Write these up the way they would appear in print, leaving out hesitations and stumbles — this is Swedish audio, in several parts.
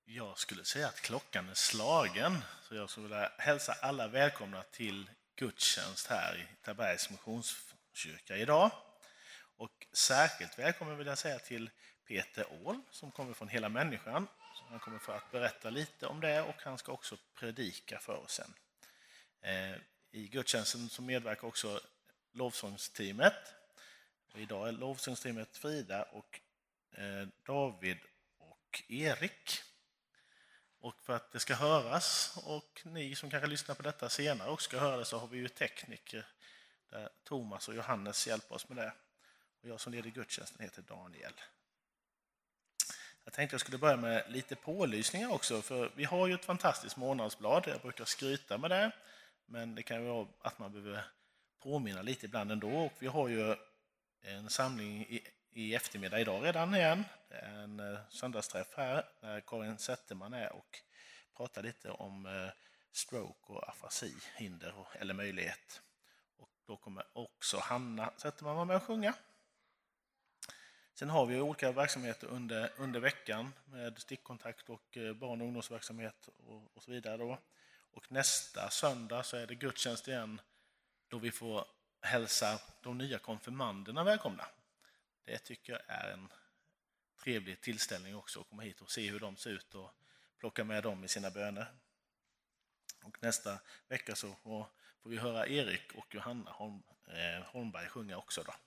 Jag skulle säga att klockan är slagen, så jag skulle vilja hälsa alla välkomna till gudstjänst här i Tabergs Missionskyrka idag. Och särskilt välkommen vill jag säga till Peter Åhl som kommer från Hela Människan. Så han kommer för att berätta lite om det och han ska också predika för oss sen. I gudstjänsten så medverkar också lovsångsteamet. Och idag är lovsångsteamet Frida och David och Erik. Och för att det ska höras och ni som kanske lyssnar på detta senare också ska höra det, så har vi ju tekniker där Thomas och Johannes hjälper oss med det. Och jag som leder gudstjänsten heter Daniel. Jag tänkte jag skulle börja med lite pålysningar också, för vi har ju ett fantastiskt månadsblad. Jag brukar skryta med det, men det kan ju vara att man behöver påminna lite ibland ändå. Och vi har ju en samling i eftermiddag idag redan igen. Det är en söndagsträff här där Karin Zetterman är och pratar lite om stroke och afasi, hinder eller möjlighet. Och då kommer också Hanna Zetterman vara med och sjunga. Sen har vi olika verksamheter under veckan med stickkontakt och barn- och ungdomsverksamhet och så vidare. Då. Och nästa söndag så är det gudstjänst igen då vi får hälsa de nya konfirmanderna välkomna. Det tycker jag är en trevlig tillställning också, att komma hit och se hur de ser ut och plocka med dem i sina böner. Och nästa vecka så får vi höra Erik och Johanna Holmberg sjunga också då.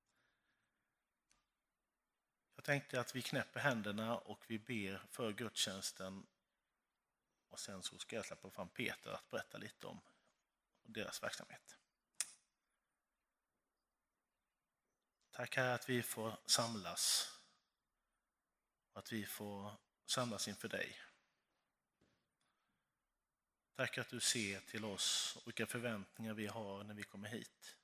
Jag tänkte att vi knäpper händerna och vi ber för gudstjänsten och sen så ska jag släppa fram Peter att berätta lite om deras verksamhet. Tack Herre att vi får samlas och att vi får samlas inför dig. Tack att du ser till oss och vilka förväntningar vi har när vi kommer hit.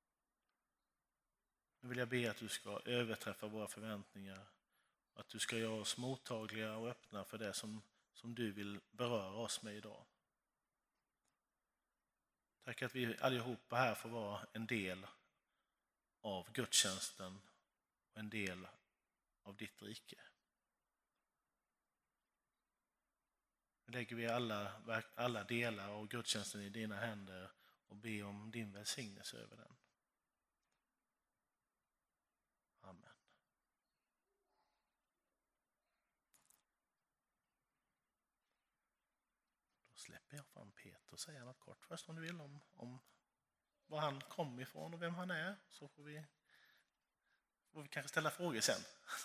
Nu vill jag be att du ska överträffa våra förväntningar och att du ska göra oss mottagliga och öppna för det som du vill beröra oss med idag. Tack att vi allihopa här får vara en del av gudstjänsten och en del av ditt rike. Nu lägger vi alla delar av gudstjänsten i dina händer och ber om din välsignelse över den. Amen. Då släpper jag fram Peter och säger något kort först om du vill om var han kom ifrån och vem han är. Så får vi kanske ställa frågor sen.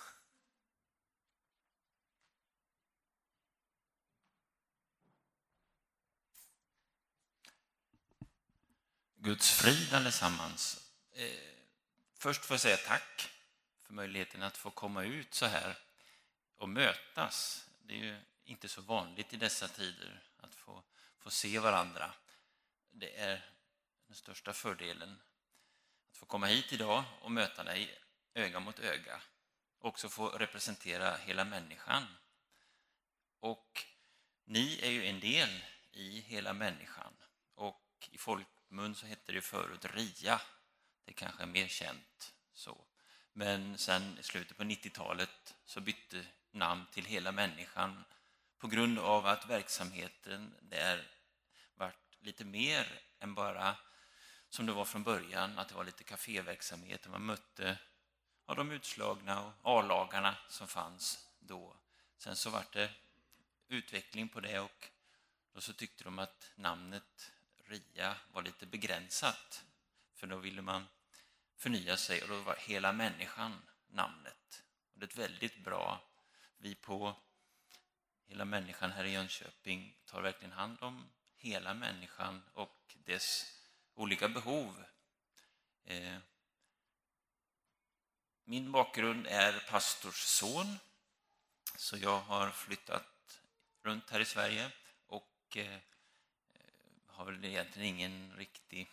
Guds frid allesammans. Först får jag säga tack för möjligheten att få komma ut så här och mötas. Det är ju inte så vanligt i dessa tider att få se varandra. Det är den största fördelen att få komma hit idag och möta dig öga mot öga. Också få representera hela människan. Och ni är ju en del i hela människan. Och i folkmun så hette det förut RIA. Det kanske är mer känt så. Men sen i slutet på 90-talet så bytte namn till hela människan på grund av att verksamheten där varit lite mer än bara som det var från början, att det var lite kaféverksamhet och man mötte de utslagna och A-lagarna som fanns då. Sen så var det utveckling på det och då så tyckte de att namnet RIA var lite begränsat, för då ville man förnya sig och då var hela människan namnet. Och det är ett väldigt bra, vi på hela människan här i Jönköping tar verkligen hand om hela människan och dess olika behov. Min bakgrund är pastorsson, så jag har flyttat runt här i Sverige och har väl egentligen ingen riktig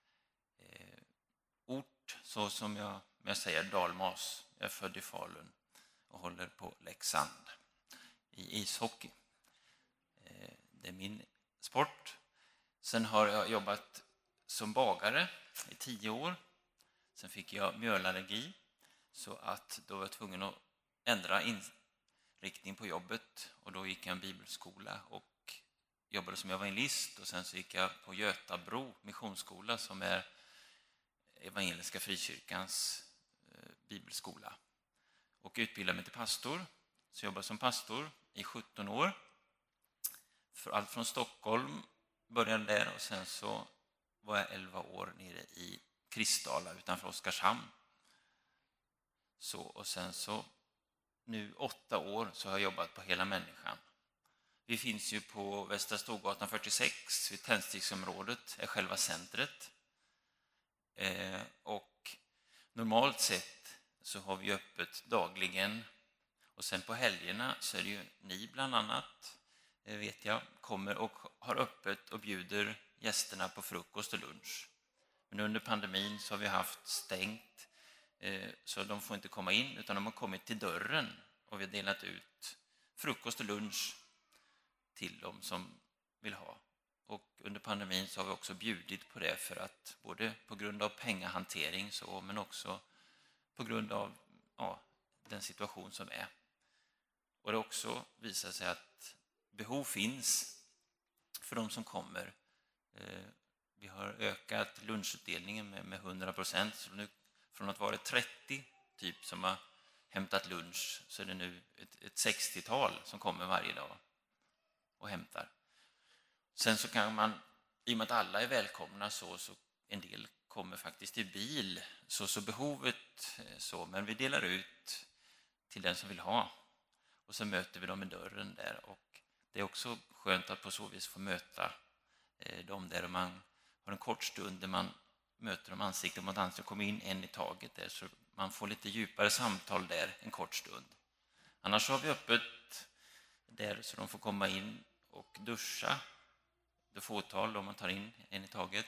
ort, så som jag säger Dalmas. Jag är född i Falun och håller på Leksand i ishockey. Det är min sport. Sen har jag jobbat som bagare i 10 år. Sen fick jag mjölallergi, så att då var jag tvungen att ändra riktning på jobbet. Och då gick jag en bibelskola och jobbade som evangelist. Och sen så gick jag på Götabro missionsskola som är Evangeliska Frikyrkans bibelskola. Och utbildade mig till pastor. Så jag jobbade som pastor i 17 år. För allt från Stockholm började där och sen så var jag 11 år nere i Kristdala utanför Oskarshamn. Så, och sen så nu 8 år så har jag jobbat på Hela Människan. Vi finns ju på Västra Storgatan 46 vid Tändsticksområdet, är själva centret. Och normalt sett så har vi öppet dagligen. Och sen på helgerna så är det ju ni bland annat, vet jag, kommer och har öppet och bjuder gästerna på frukost och lunch. Men under pandemin så har vi haft stängt, så de får inte komma in utan de har kommit till dörren och vi har delat ut frukost och lunch till dem som vill ha. Och under pandemin så har vi också bjudit på det för att både på grund av pengahantering så, men också på grund av den situation som är. Och det också visar sig att behov finns för de som kommer. Vi har ökat lunchutdelningen med 100%. Så nu, från att vara 30 typ som har hämtat lunch så är det nu ett 60-tal som kommer varje dag och hämtar. Sen så kan man, i och med att alla är välkomna så en del kommer faktiskt i bil. Så behovet så, men vi delar ut till den som vill ha. Och så möter vi dem i dörren där och det är också skönt att på så vis få möta dem där man har en kort stund där man möter dem ansikte mot ansikte och kommer in en i taget där så man får lite djupare samtal där en kort stund. Annars har vi öppet där så de får komma in och duscha. Det fåtal då man tar in en i taget.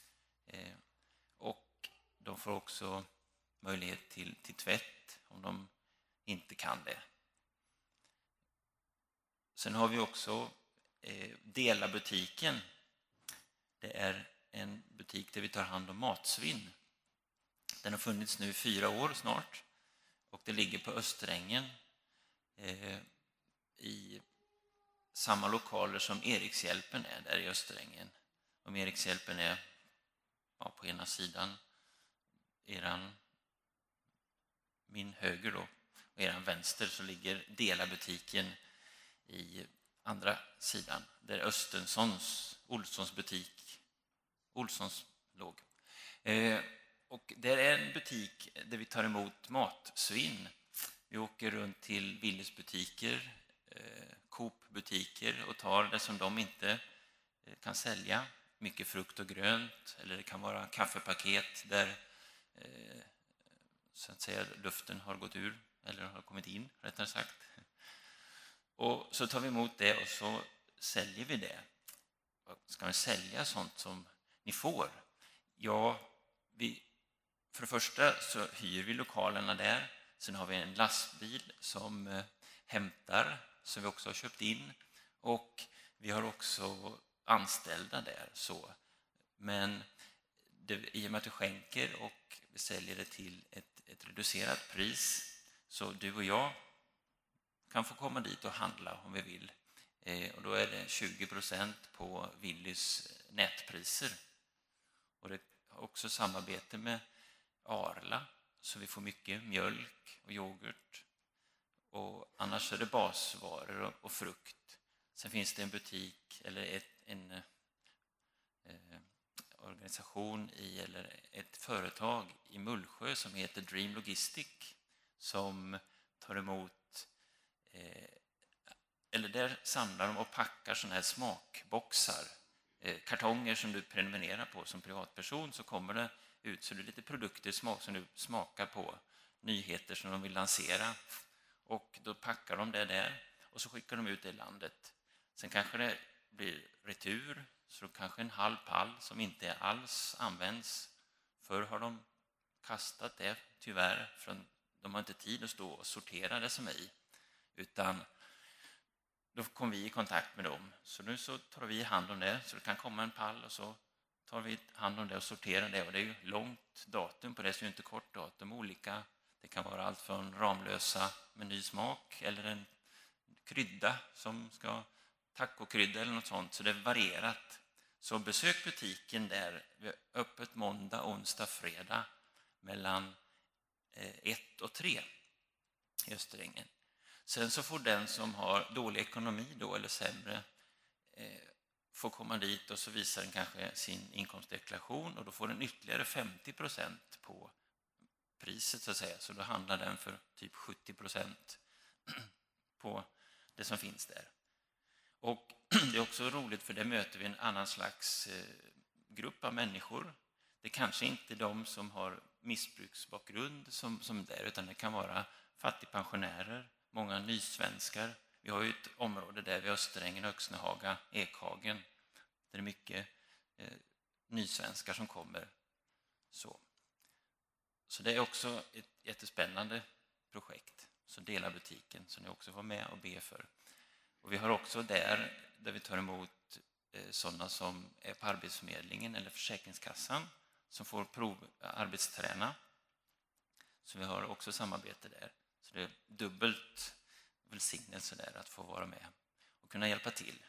Och de får också möjlighet till tvätt om de inte kan det. Sen har vi också Dela butiken. Det är en butik där vi tar hand om matsvinn. Den har funnits nu i 4 år snart. Och det ligger på Österängen i samma lokaler som Erikshjälpen är där i Österängen. Om Erikshjälpen är på ena sidan, min höger då, och eran vänster så ligger Dela butiken i andra sidan, där Olssons butik, Olssons låg. Och det är en butik där vi tar emot matsvinn. Vi åker runt till Willys butiker, Coop-butiker och tar det som de inte kan sälja. Mycket frukt och grönt, eller det kan vara kaffepaket där så att säga luften har gått ur, eller har kommit in, rättare sagt. Och så tar vi emot det och så säljer vi det. Ska vi sälja sånt som ni får? Ja, för det första så hyr vi lokalerna där. Sen har vi en lastbil som hämtar, som vi också har köpt in. Och vi har också anställda där. Så. Men i och med att du skänker och vi säljer det till ett reducerat pris, så du och jag kan få komma dit och handla om vi vill. Och då är det 20% på Willys nätpriser. Och det har också samarbete med Arla, så vi får mycket mjölk och yoghurt. Och annars är det basvaror och frukt. Sen finns det en butik eller en organisation eller ett företag i Mullsjö som heter Dream Logistic som tar emot eller där samlar de och packar såna här smakboxar, kartonger som du prenumererar på som privatperson, så kommer det ut så det är lite produkter som du smakar på, nyheter som de vill lansera, och då packar de det där och så skickar de ut det i landet. Sen kanske det blir retur, så kanske en halv pall som inte alls används. Förr har de kastat det tyvärr, för de har inte tid att stå och sortera det som är i, utan då kom vi i kontakt med dem. Så nu så tar vi hand om det, så det kan komma en pall och så tar vi hand om det och sorterar det. Och det är ju långt datum på det, så det är inte kort datum olika. Det kan vara allt från Ramlösa med ny smak eller en krydda som ska tacokrydda eller något sånt, så det är varierat. Så besök butiken där, vi är öppet måndag, onsdag, fredag mellan 1 och 3 i Österängen. Sen så får den som har dålig ekonomi då eller sämre får komma dit och så visar den kanske sin inkomstdeklaration och då får den ytterligare 50% på priset så att säga. Så då handlar den för typ 70% på det som finns där. Och det är också roligt för det möter vi en annan slags grupp av människor. Det är kanske inte de som har missbruksbakgrund som där, utan det kan vara fattigpensionärer, många nysvenskar. Vi har ju ett område där vid Österängen, Öxnehaga, Ekhagen, där det är mycket nysvenskar som kommer. Så det är också ett jättespännande projekt. Så dela butiken, som ni också var med och be för. Och vi har också där vi tar emot sådana som är på Arbetsförmedlingen eller Försäkringskassan som får arbetsträna. Så vi har också samarbete där. Så det är dubbelt välsignelse där att få vara med och kunna hjälpa till.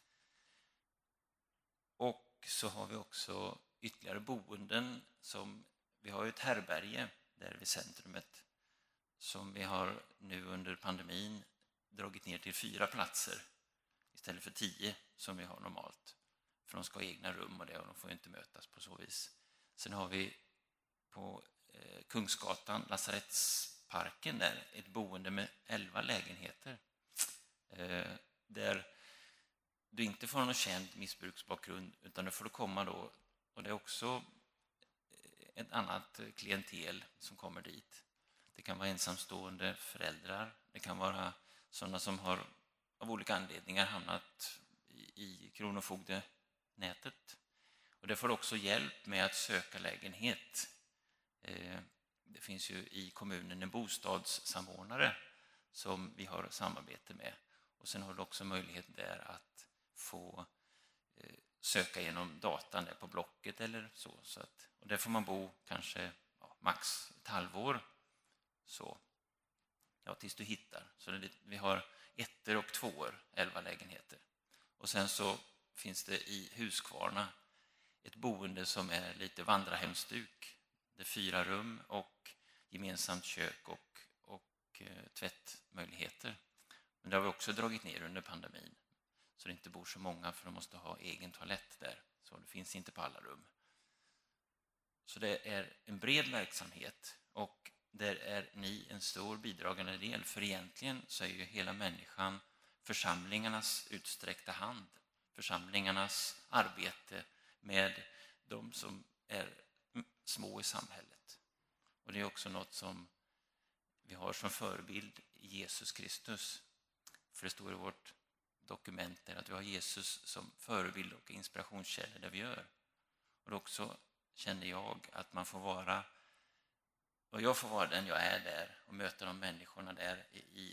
Och så har vi också ytterligare boenden som vi har ett härbärge där vid centrumet som vi har nu under pandemin dragit ner till 4 platser istället för 10 som vi har normalt. För de ska ha egna rum och de får inte mötas på så vis. Sen har vi på Kungsgatan, Lasarettsparken där, ett boende med 11 lägenheter. Där du inte får någon känd missbruksbakgrund utan du får komma då, och det är också ett annat klientel som kommer dit. Det kan vara ensamstående föräldrar, det kan vara sådana som har av olika anledningar hamnat i kronofogdenätet. Och det får också hjälp med att söka lägenhet. Det finns ju i kommunen en bostadssamordnare som vi har samarbete med. Och sen har du också möjlighet där att få söka genom datan där på Blocket eller så. Och där får man bo kanske max ett halvår. Tills du hittar. Så vi har 1 och 2, 11 lägenheter. Och sen så finns det i Huskvarna ett boende som är lite vandrarhemstuk. Det är 4 rum och gemensamt kök och tvättmöjligheter. Men det har vi också dragit ner under pandemin. Så det inte bor så många för de måste ha egen toalett där. Så det finns inte på alla rum. Så det är en bred verksamhet och där är ni en stor bidragande del. För egentligen så är ju hela människan församlingarnas utsträckta hand. Församlingarnas arbete med de som är små i samhället. Och det är också något som vi har som förebild i Jesus Kristus. För det står i vårt dokument där att vi har Jesus som förebild och inspirationskälla där vi gör. Och också känner jag att man får vara, och jag får vara den jag är där och möta de människorna där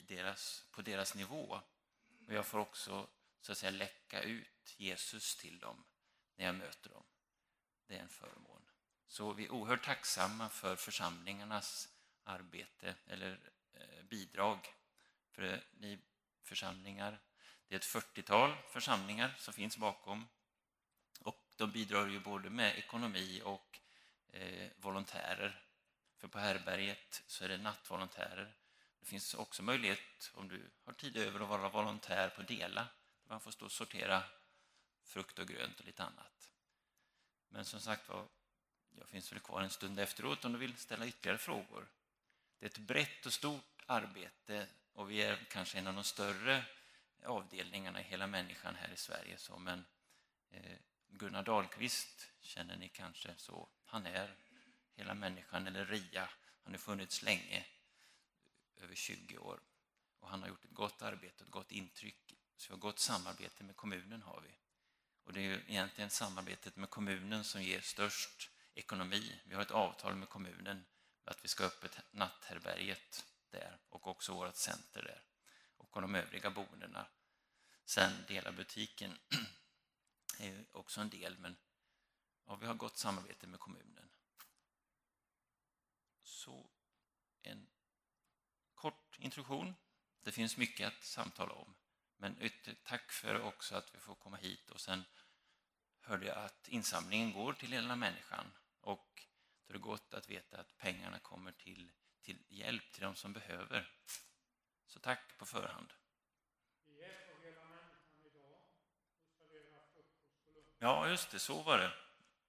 på deras nivå. Och jag får också så att säga läcka ut Jesus till dem när jag möter dem. Det är en förmån. Så vi är oerhört tacksamma för församlingarnas arbete eller bidrag. För ni församlingar, det är ett 40-tal församlingar som finns bakom. Och de bidrar ju både med ekonomi och volontärer. För på härbärget så är det nattvolontärer. Det finns också möjlighet, om du har tid över, att vara volontär på Dela. Där man får stå och sortera frukt och grönt och lite annat. Men som sagt var, jag finns väl kvar en stund efteråt om du vill ställa ytterligare frågor. Det är ett brett och stort arbete och vi är kanske en av de större avdelningarna i hela människan här i Sverige. Men Gunnar Dahlqvist känner ni kanske så. Han är hela människan, eller RIA. Han har funnits länge, över 20 år. Och han har gjort ett gott arbete och ett gott intryck. Så vi har gott samarbete med kommunen har vi. Och det är ju egentligen samarbetet med kommunen som ger störst ekonomi. Vi har ett avtal med kommunen att vi ska öppet natthärbärget där och också vårt center där. Och de övriga boendena. Sen delar butiken är ju också en del, men vi har gott samarbete med kommunen. Så en kort introduktion Det finns mycket att samtala om. Men tack för också att vi får komma hit. Och sen hörde jag att insamlingen går till hela människan. Och det är gott att veta att pengarna kommer till hjälp till de som behöver. Så tack på förhand. Ja, just det, så var det.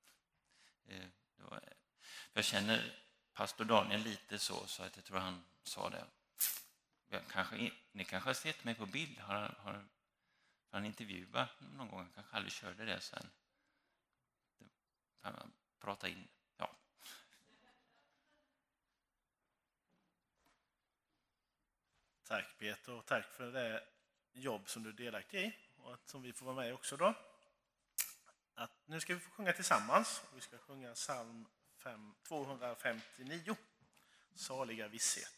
Jag känner pastor Daniel lite så att jag tror han sa det. Ni kanske har sett mig på bild. Har han intervjuat någon gång? Han kanske aldrig körde det sen. Han prata in. Ja. Tack Peter, och tack för det jobb som du är delaktig i och som vi får vara med också då. Nu ska vi få sjunga tillsammans. Vi ska sjunga psalm 259, Saliga visshet.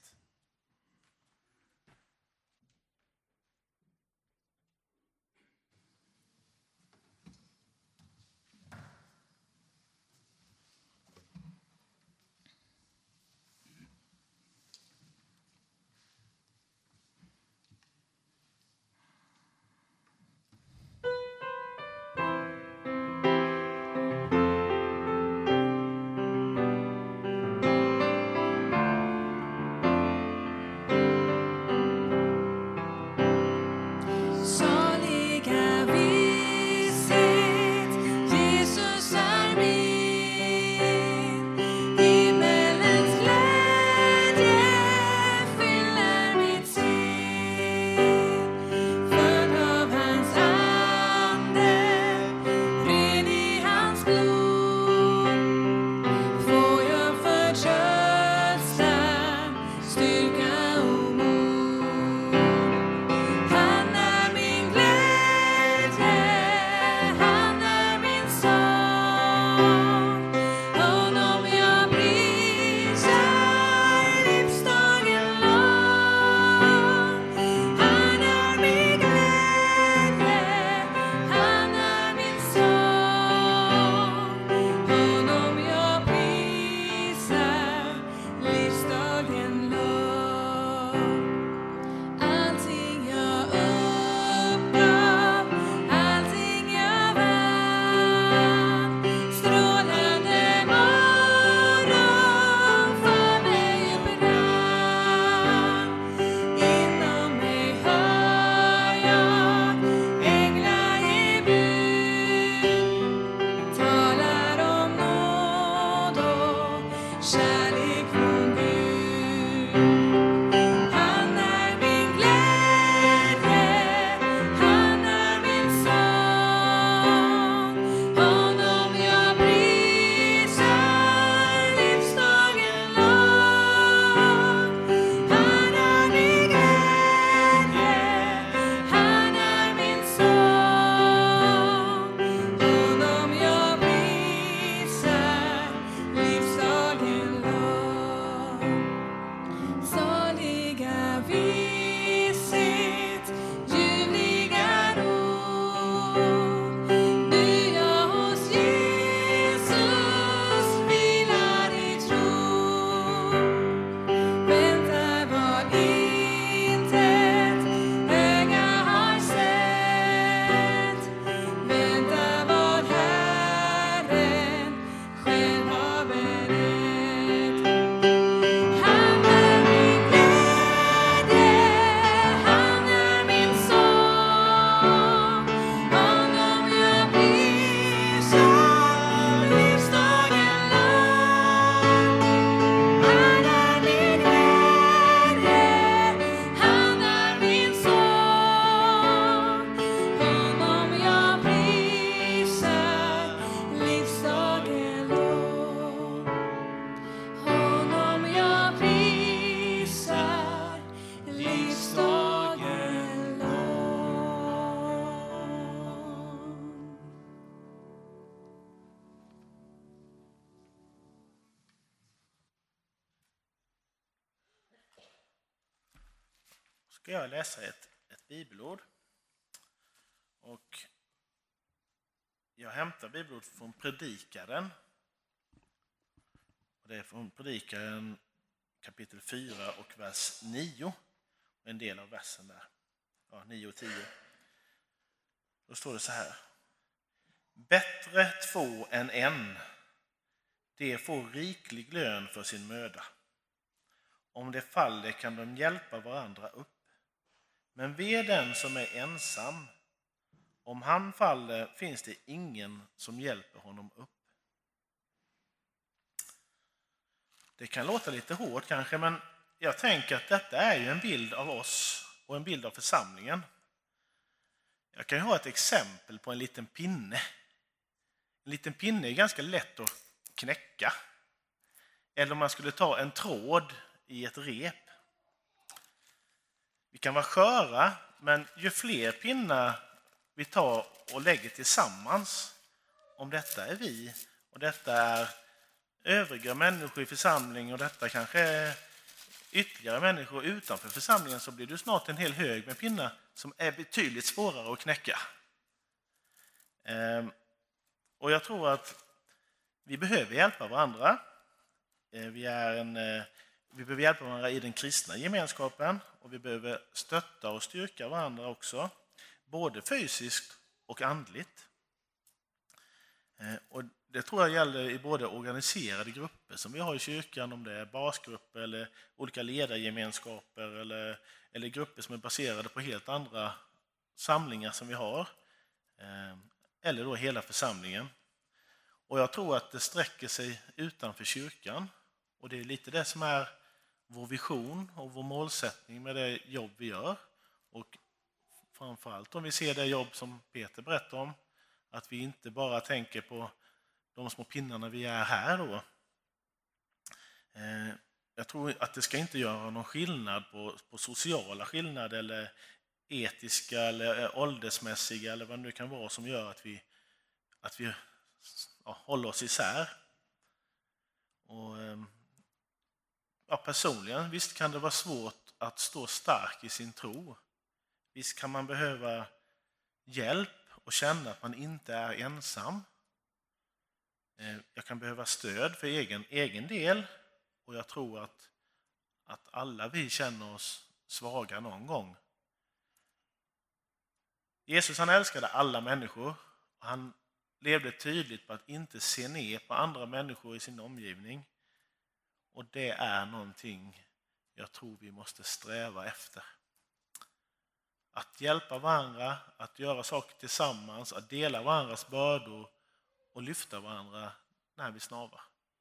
Ska jag läsa ett bibelord. Och jag hämtar bibelordet från Predikaren. Och det är från Predikaren kapitel 4 och vers 9. en del av versen där. 9 och 10. Då står det så här. Bättre 2 än 1. De får riklig lön för sin möda. Om det faller kan de hjälpa varandra upp. Men ve den som är ensam. Om han faller finns det ingen som hjälper honom upp. Det kan låta lite hårt kanske, men jag tänker att detta är ju en bild av oss och en bild av församlingen. Jag kan ju ha ett exempel på en liten pinne. En liten pinne är ganska lätt att knäcka. Eller om man skulle ta en tråd i ett rep. Vi kan vara sköra, men ju fler pinnar vi tar och lägger tillsammans, om detta är vi och detta är övriga människor i församlingen och detta kanske är ytterligare människor utanför församlingen, så blir det snart en hel hög med pinnar som är betydligt svårare att knäcka. Och jag tror att vi behöver hjälpa varandra. Vi behöver hjälpa varandra i den kristna gemenskapen och vi behöver stötta och styrka varandra också, både fysiskt och andligt. Och det tror jag gäller i både organiserade grupper som vi har i kyrkan, om det är basgrupper eller olika ledargemenskaper eller grupper som är baserade på helt andra samlingar som vi har, eller då hela församlingen. Och jag tror att det sträcker sig utanför kyrkan, och det är lite det som är vår vision och vår målsättning med det jobb vi gör. Och framförallt om vi ser det jobb som Peter berättade om, att vi inte bara tänker på de små pinnarna vi är här då. Jag tror att det ska inte göra någon skillnad på sociala skillnader eller etiska eller åldersmässiga eller vad det nu kan vara som gör att vi håller oss isär. Och, personligen, visst kan det vara svårt att stå stark i sin tro. Visst kan man behöva hjälp och känna att man inte är ensam. Jag kan behöva stöd för egen del, och jag tror att alla vi känner oss svaga någon gång. Jesus, han älskade alla människor. Han levde tydligt på att inte se ner på andra människor i sin omgivning. Och det är någonting jag tror vi måste sträva efter. Att hjälpa varandra, att göra saker tillsammans, att dela varandras bördor och lyfta varandra när vi snavar.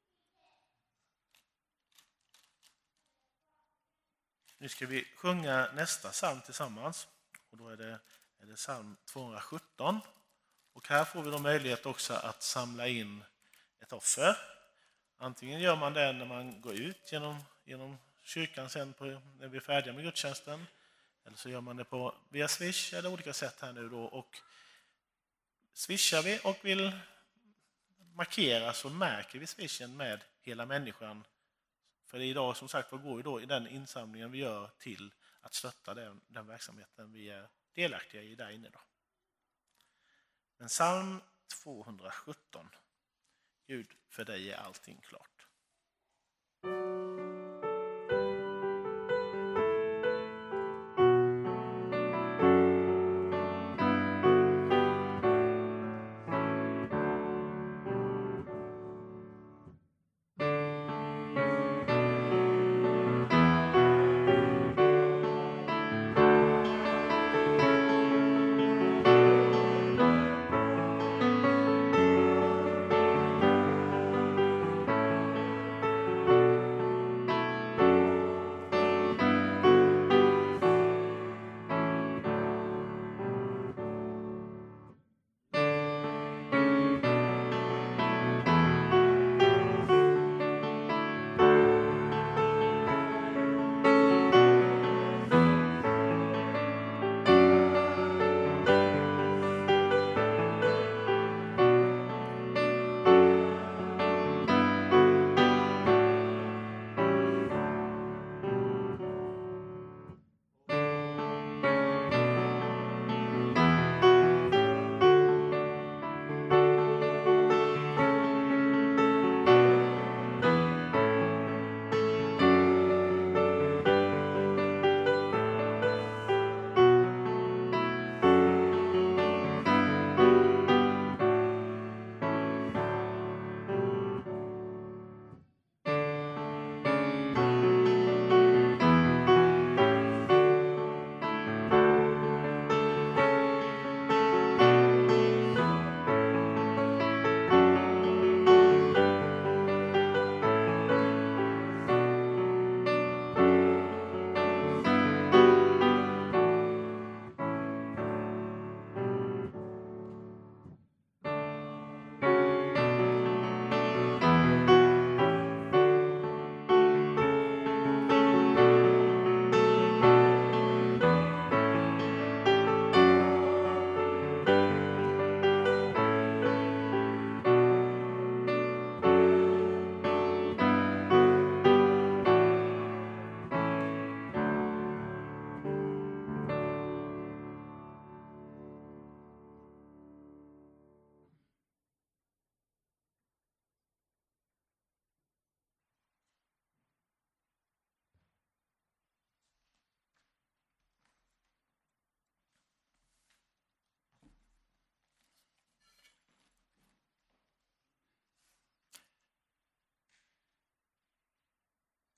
Nu ska vi sjunga nästa psalm tillsammans, och då är det psalm 217. Och här får vi då möjlighet också att samla in ett offer. Antingen gör man det när man går ut genom kyrkan sen när vi är färdiga med gudstjänsten, eller så gör man det via Swish eller olika sätt här nu då. Och swishar vi och vill markera, så märker vi swishen med hela människan. För det idag som sagt går ju då i den insamlingen vi gör till att stötta den verksamheten vi är delaktiga i där inne då. Men psalm 217. Gud, för dig är allting klart.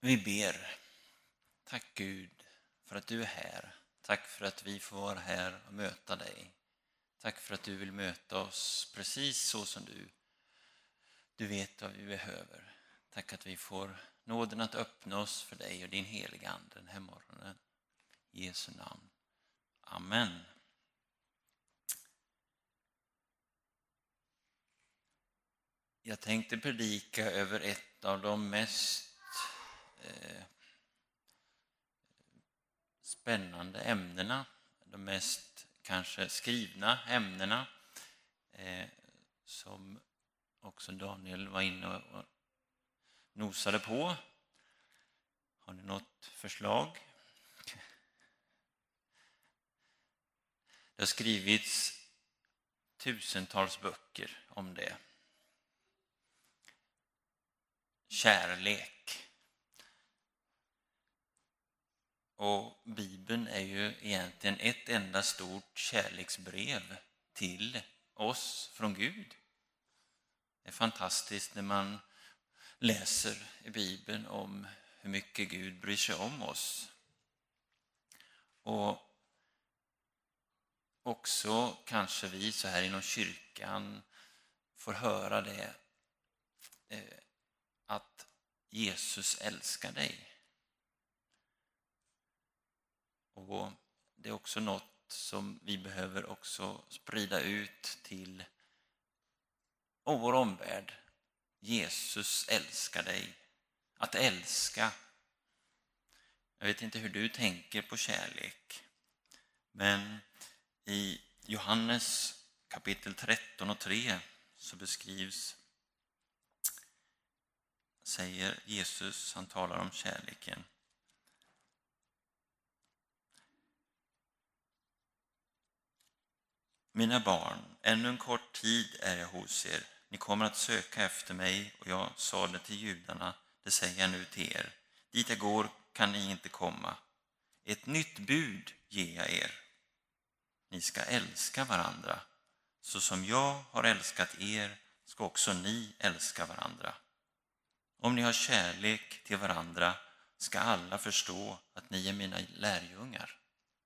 Vi ber. Tack Gud för att du är här. Tack för att vi får vara här och möta dig. Tack för att du vill möta oss precis så som du vet vad vi behöver. Tack att vi får nåden att öppna oss för dig och din heliga ande den här morgonen. I Jesu namn. Amen. Jag tänkte predika över ett av de mest spännande ämnena, de mest kanske skrivna ämnena, som också Daniel var inne och nosade på. Har ni något förslag? Det har skrivits tusentals böcker om det. Kärlek. Och Bibeln är ju egentligen ett enda stort kärleksbrev till oss från Gud. Det är fantastiskt när man läser i Bibeln om hur mycket Gud bryr sig om oss. Och också kanske vi så här inom kyrkan får höra det, att Jesus älskar dig. Och det är också något som vi behöver också sprida ut till vår omvärld. Jesus älskar dig. Att älska. Jag vet inte hur du tänker på kärlek. Men i Johannes kapitel 13 och 3 så säger Jesus, han talar om kärleken. Mina barn, ännu en kort tid är jag hos er. Ni kommer att söka efter mig, och jag sa det till judarna, det säger jag nu till er. Dit jag går kan ni inte komma. Ett nytt bud ger jag er. Ni ska älska varandra. Så som jag har älskat er ska också ni älska varandra. Om ni har kärlek till varandra ska alla förstå att ni är mina lärjungar.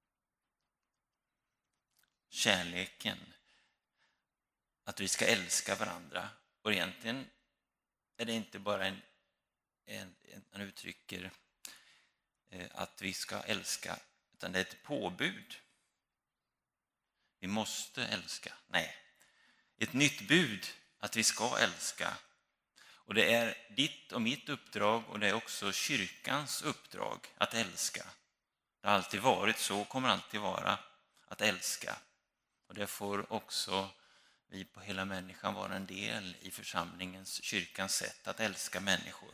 Kärleken, att vi ska älska varandra. Och egentligen är det inte bara man uttrycker att vi ska älska, utan det är ett påbud. Vi måste älska. Nej, ett nytt bud att vi ska älska. Och det är ditt och mitt uppdrag, och det är också kyrkans uppdrag att älska. Det har alltid varit så, kommer alltid vara, att älska. Och det får också vi på hela människan vara en del i församlingens, kyrkans sätt att älska människor.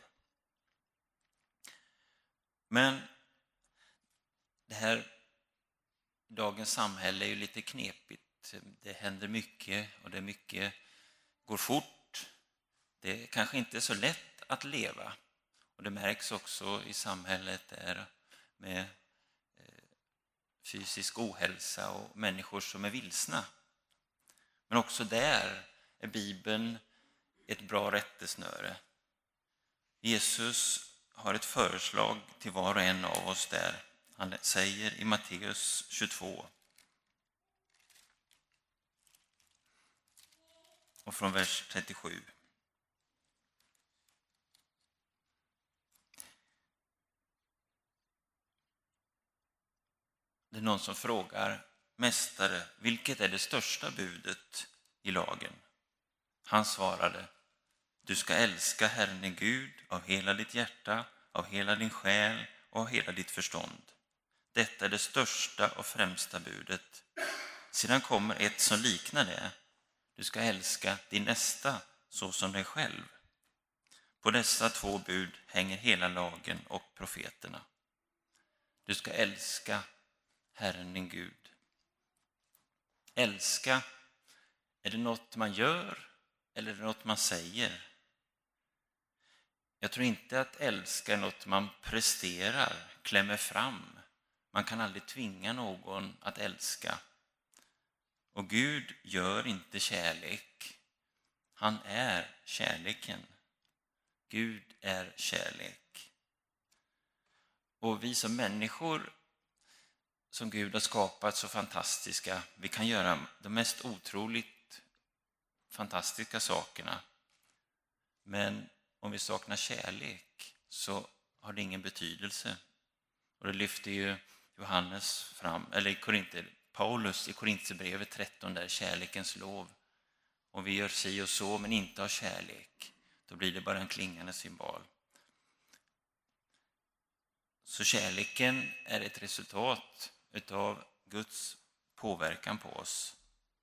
Men det här dagens samhälle är ju lite knepigt. Det händer mycket och det mycket går fort. Det är kanske inte så lätt att leva. Och det märks också i samhället där med fysisk ohälsa och människor som är vilsna. Men också där är Bibeln ett bra rättesnöre. Jesus har ett förslag till var och en av oss där. Han säger i Matteus 22 och från vers 37. Det är någon som frågar: Mästare, vilket är det största budet i lagen? Han svarade: Du ska älska Herren din Gud av hela ditt hjärta, av hela din själ och av hela ditt förstånd. Detta är det största och främsta budet. Sedan kommer ett som liknar det. Du ska älska din nästa så som dig själv. På dessa två bud hänger hela lagen och profeterna. Du ska älska Herren din Gud. Älska, är det något man gör eller är det något man säger? Jag tror inte att älska är något man presterar, klämmer fram. Man kan aldrig tvinga någon att älska. Och Gud gör inte kärlek. Han är kärleken. Gud är kärlek. Och vi som människor som Gud har skapat så fantastiska, vi kan göra de mest otroligt fantastiska sakerna. Men om vi saknar kärlek så har det ingen betydelse. Och det lyfter ju Johannes fram, eller Paulus i Korinthierbrevet 13, där kärlekens lov. Om vi gör si och så men inte har kärlek, då blir det bara en klingande symbol. Så kärleken är ett resultat utav Guds påverkan på oss.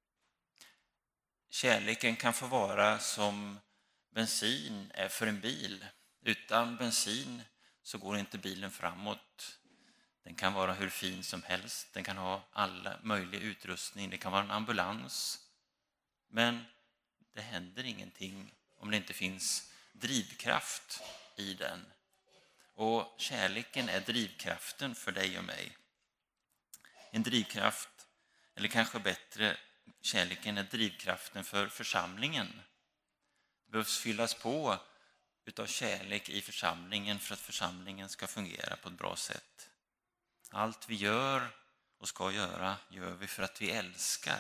Kärleken kan få vara som bensin är för en bil. Utan bensin så går inte bilen framåt. Den kan vara hur fin som helst. Den kan ha alla möjliga utrustning. Det kan vara en ambulans. Men det händer ingenting om det inte finns drivkraft i den. Och kärleken är drivkraften för dig och mig. En drivkraft, eller kanske bättre, kärleken är drivkraften för församlingen. Det behövs fyllas på utav kärlek i församlingen för att församlingen ska fungera på ett bra sätt. Allt vi gör och ska göra gör vi för att vi älskar.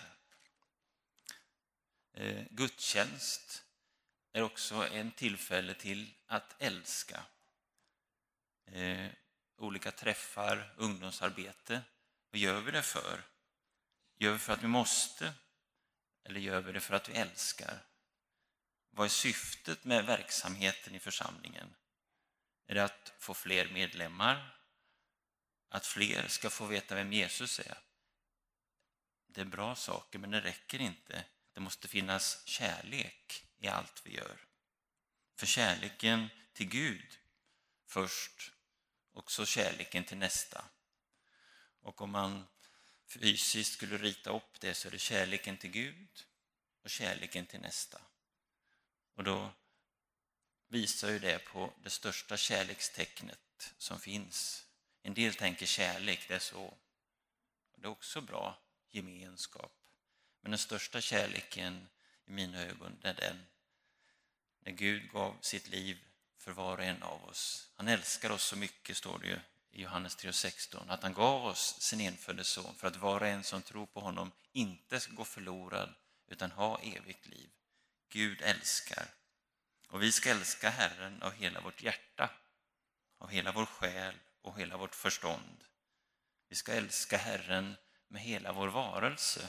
Gudstjänst är också en tillfälle till att älska. Olika träffar, ungdomsarbete. Vad gör vi det för? Gör vi för att vi måste? Eller gör vi det för att vi älskar? Vad är syftet med verksamheten i församlingen? Är det att få fler medlemmar? Att fler ska få veta vem Jesus är? Det är bra saker, men det räcker inte. Det måste finnas kärlek i allt vi gör. För kärleken till Gud först, också kärleken till nästa. Och om man fysiskt skulle rita upp det så är det kärleken till Gud och kärleken till nästa. Och då visar ju det på det största kärlekstecknet som finns. En del tänker kärlek, det är så. Det är också bra, gemenskap. Men den största kärleken i mina ögon är den när Gud gav sitt liv för var och en av oss. Han älskar oss så mycket, står det ju i Johannes 3:16, att han gav oss sin enfödde son för att var och en som tror på honom inte ska gå förlorad utan ha evigt liv. Gud älskar. Och vi ska älska Herren av hela vårt hjärta, av hela vår själ och hela vårt förstånd. Vi ska älska Herren med hela vår varelse.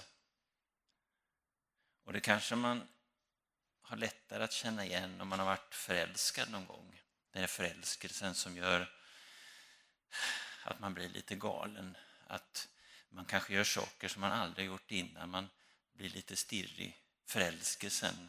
Och det kanske man har lättare att känna igen om man har varit förälskad någon gång. Det är förälskelsen som gör att man blir lite galen. Att man kanske gör saker som man aldrig gjort innan. Man blir lite stirrig. Förälskelsen.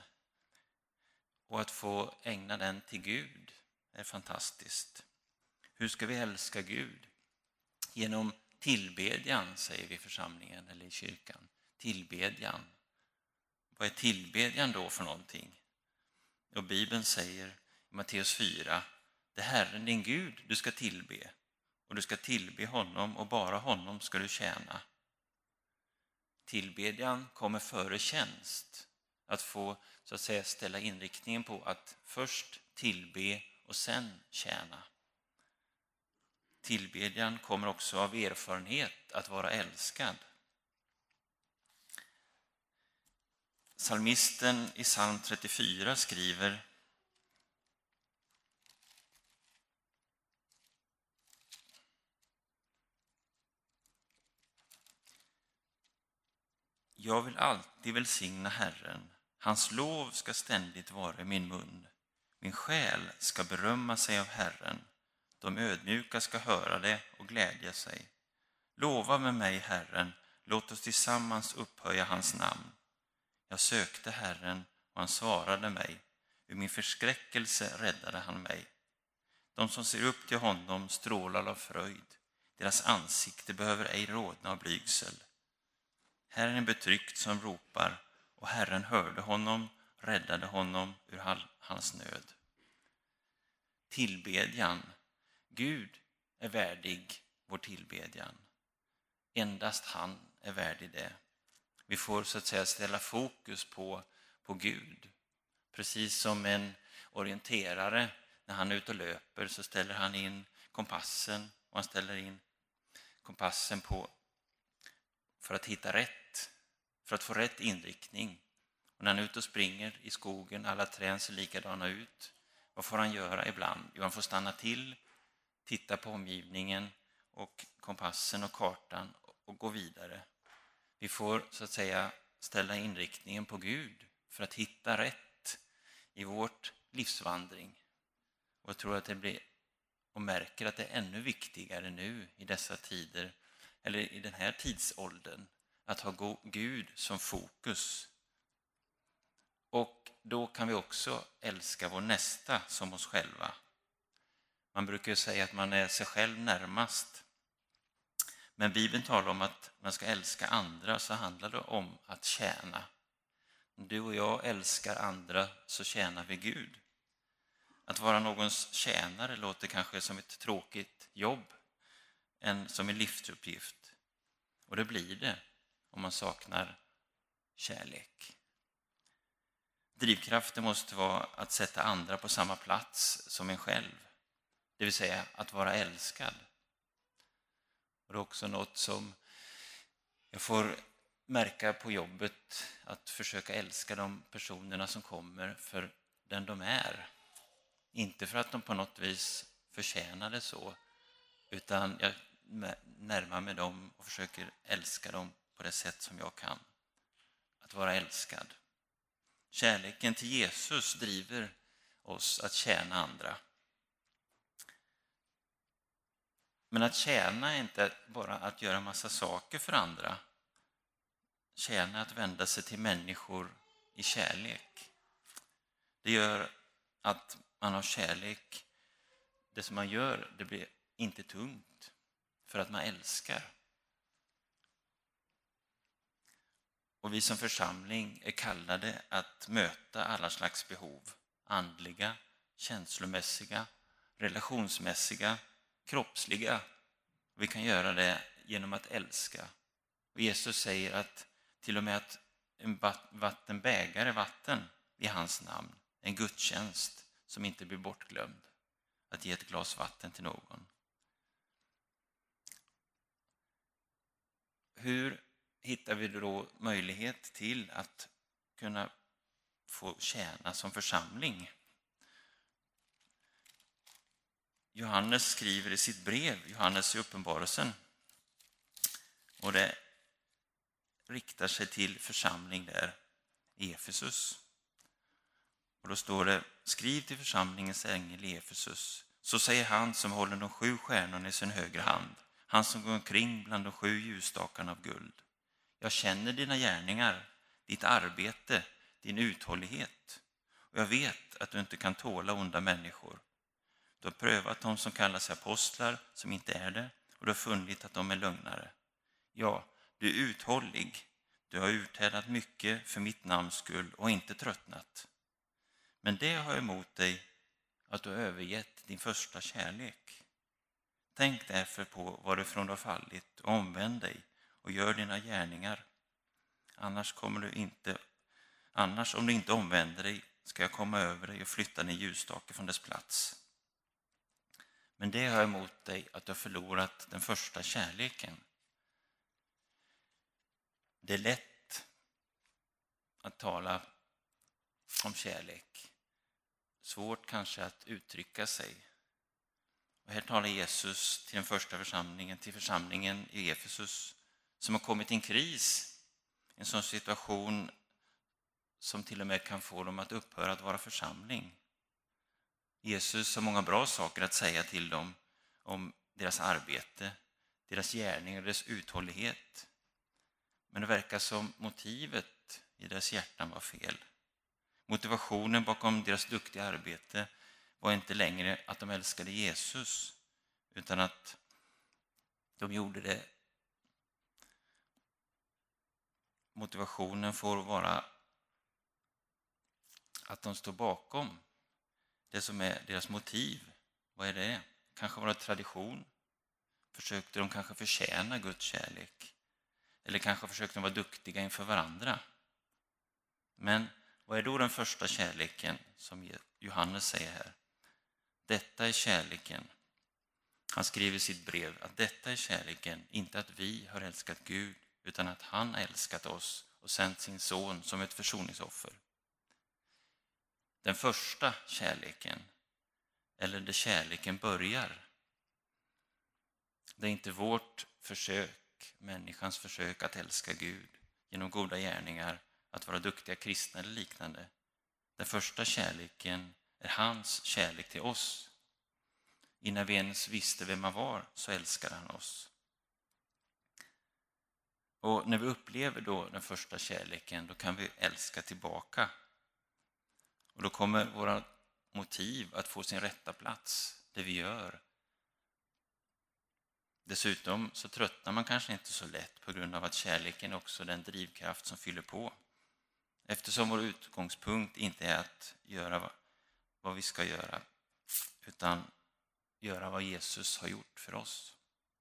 Och att få ägna den till Gud är fantastiskt. Hur ska vi älska Gud? Genom tillbedjan, säger vi i församlingen eller i kyrkan. Tillbedjan. Vad är tillbedjan då för någonting? Och Bibeln säger i Matteus 4, det är Herren din Gud du ska tillbe. Och du ska tillbe honom och bara honom ska du tjäna. Tillbedjan kommer före tjänst. Att få så att säga ställa inriktningen på att först tillbe och sen tjäna. Tillbedjan kommer också av erfarenhet att vara älskad. Psalmisten i psalm 34 skriver: jag vill alltid välsigna Herren. Hans lov ska ständigt vara i min mun. Min själ ska berömma sig av Herren. De ödmjuka ska höra det och glädja sig. Lova med mig, Herren. Låt oss tillsammans upphöja hans namn. Jag sökte Herren och han svarade mig. Ur min förskräckelse räddade han mig. De som ser upp till honom strålar av fröjd. Deras ansikte behöver ej rodna av blygsel. Herren är betryckt som ropar, och Herren hörde honom, räddade honom ur hans nöd. Tillbedjan. Gud är värdig vår tillbedjan. Endast han är värdig det. Vi får så att säga ställa fokus på Gud. Precis som en orienterare, när han är ute och löper så ställer han in kompassen och han ställer in kompassen på för att hitta rätt, för att få rätt inriktning. Och när han är ute och springer i skogen, alla träd ser likadana ut. Vad får han göra ibland? Jo, han får stanna till, titta på omgivningen och kompassen och kartan och gå vidare. Vi får så att säga ställa inriktningen på Gud för att hitta rätt i vårt livsvandring. Och jag tror att det blir, och märker att det är ännu viktigare nu i dessa tider, eller i den här tidsåldern, att ha Gud som fokus. Och då kan vi också älska vår nästa som oss själva. Man brukar ju säga att man är sig själv närmast. Men Bibeln talar om att man ska älska andra, så handlar det om att tjäna. Om du och jag älskar andra så tjänar vi Gud. Att vara någons tjänare låter kanske som ett tråkigt jobb, än som en livsuppgift. Och det blir det om man saknar kärlek. Drivkraften måste vara att sätta andra på samma plats som en själv. Det vill säga att vara älskad. Och det är också något som jag får märka på jobbet, att försöka älska de personerna som kommer för den de är. Inte för att de på något vis förtjänar det så, utan jag närmar mig dem och försöker älska dem på det sätt som jag kan. Att vara älskad. Kärleken till Jesus driver oss att tjäna andra. Men att tjäna är inte bara att göra massa saker för andra. Tjäna är att vända sig till människor i kärlek. Det gör att man har kärlek. Det som man gör, det blir inte tungt för att man älskar. Och vi som församling är kallade att möta alla slags behov. Andliga, känslomässiga, relationsmässiga, kroppsliga. Vi kan göra det genom att älska. Och Jesus säger att till och med att en vattenbägare vatten i hans namn, en gudstjänst som inte blir bortglömd, att ge ett glas vatten till någon. Hur hittar vi då möjlighet till att kunna få tjäna som församling? Johannes skriver i sitt brev, Johannes i Uppenbarelsen, och det riktar sig till församling där i Efesus. Och då står det: skriv till församlingens ängel i Efesus. Så säger han som håller de 7 stjärnorna i sin högra hand, han som går omkring bland de 7 ljusstakarna av guld. Jag känner dina gärningar, ditt arbete, din uthållighet. Och jag vet att du inte kan tåla onda människor. Du har prövat de som kallar sig apostlar, som inte är det, och du har funnit att de är lögnare. Ja, du är uthållig. Du har uthärdat mycket för mitt namns skull och inte tröttnat. Men det har jag emot dig, att du har övergett din första kärlek. Tänk därför på varifrån du har fallit och omvänd dig och gör dina gärningar. Annars om du inte omvänder dig ska jag komma över dig och flytta din ljusstake från dess plats. Men det har jag emot dig, att du har förlorat den första kärleken. Det är lätt att tala om kärlek. Svårt kanske att uttrycka sig. Och här talar Jesus till den första församlingen, till församlingen i Efesus, som har kommit i en kris. En sån situation som till och med kan få dem att upphöra att vara församling. Jesus har många bra saker att säga till dem om deras arbete, deras gärning och deras uthållighet. Men det verkar som motivet i deras hjärtan var fel. Motivationen bakom deras duktiga arbete var inte längre att de älskade Jesus, utan att de gjorde det. Motivationen får vara att de står bakom det som är deras motiv. Vad är det? Kanske var det tradition. Försökte de kanske förtjäna Guds kärlek? Eller kanske försökte de vara duktiga inför varandra? Men vad är då den första kärleken som Johannes säger här? Detta är kärleken. Han skriver i sitt brev att detta är kärleken, inte att vi har älskat Gud, utan att han har älskat oss och sänt sin son som ett försoningsoffer. Den första kärleken, eller där kärleken börjar, det är inte vårt försök, människans försök att älska Gud genom goda gärningar, att vara duktiga kristna eller liknande. Den första kärleken är hans kärlek till oss. Innan vi ens visste vem han var så älskade han oss. Och när vi upplever då den första kärleken, då kan vi älska tillbaka. Och då kommer våra motiv att få sin rätta plats, det vi gör. Dessutom så tröttnar man kanske inte så lätt på grund av att kärleken är också den drivkraft som fyller på. Eftersom vår utgångspunkt inte är att göra vad vi ska göra, utan göra vad Jesus har gjort för oss.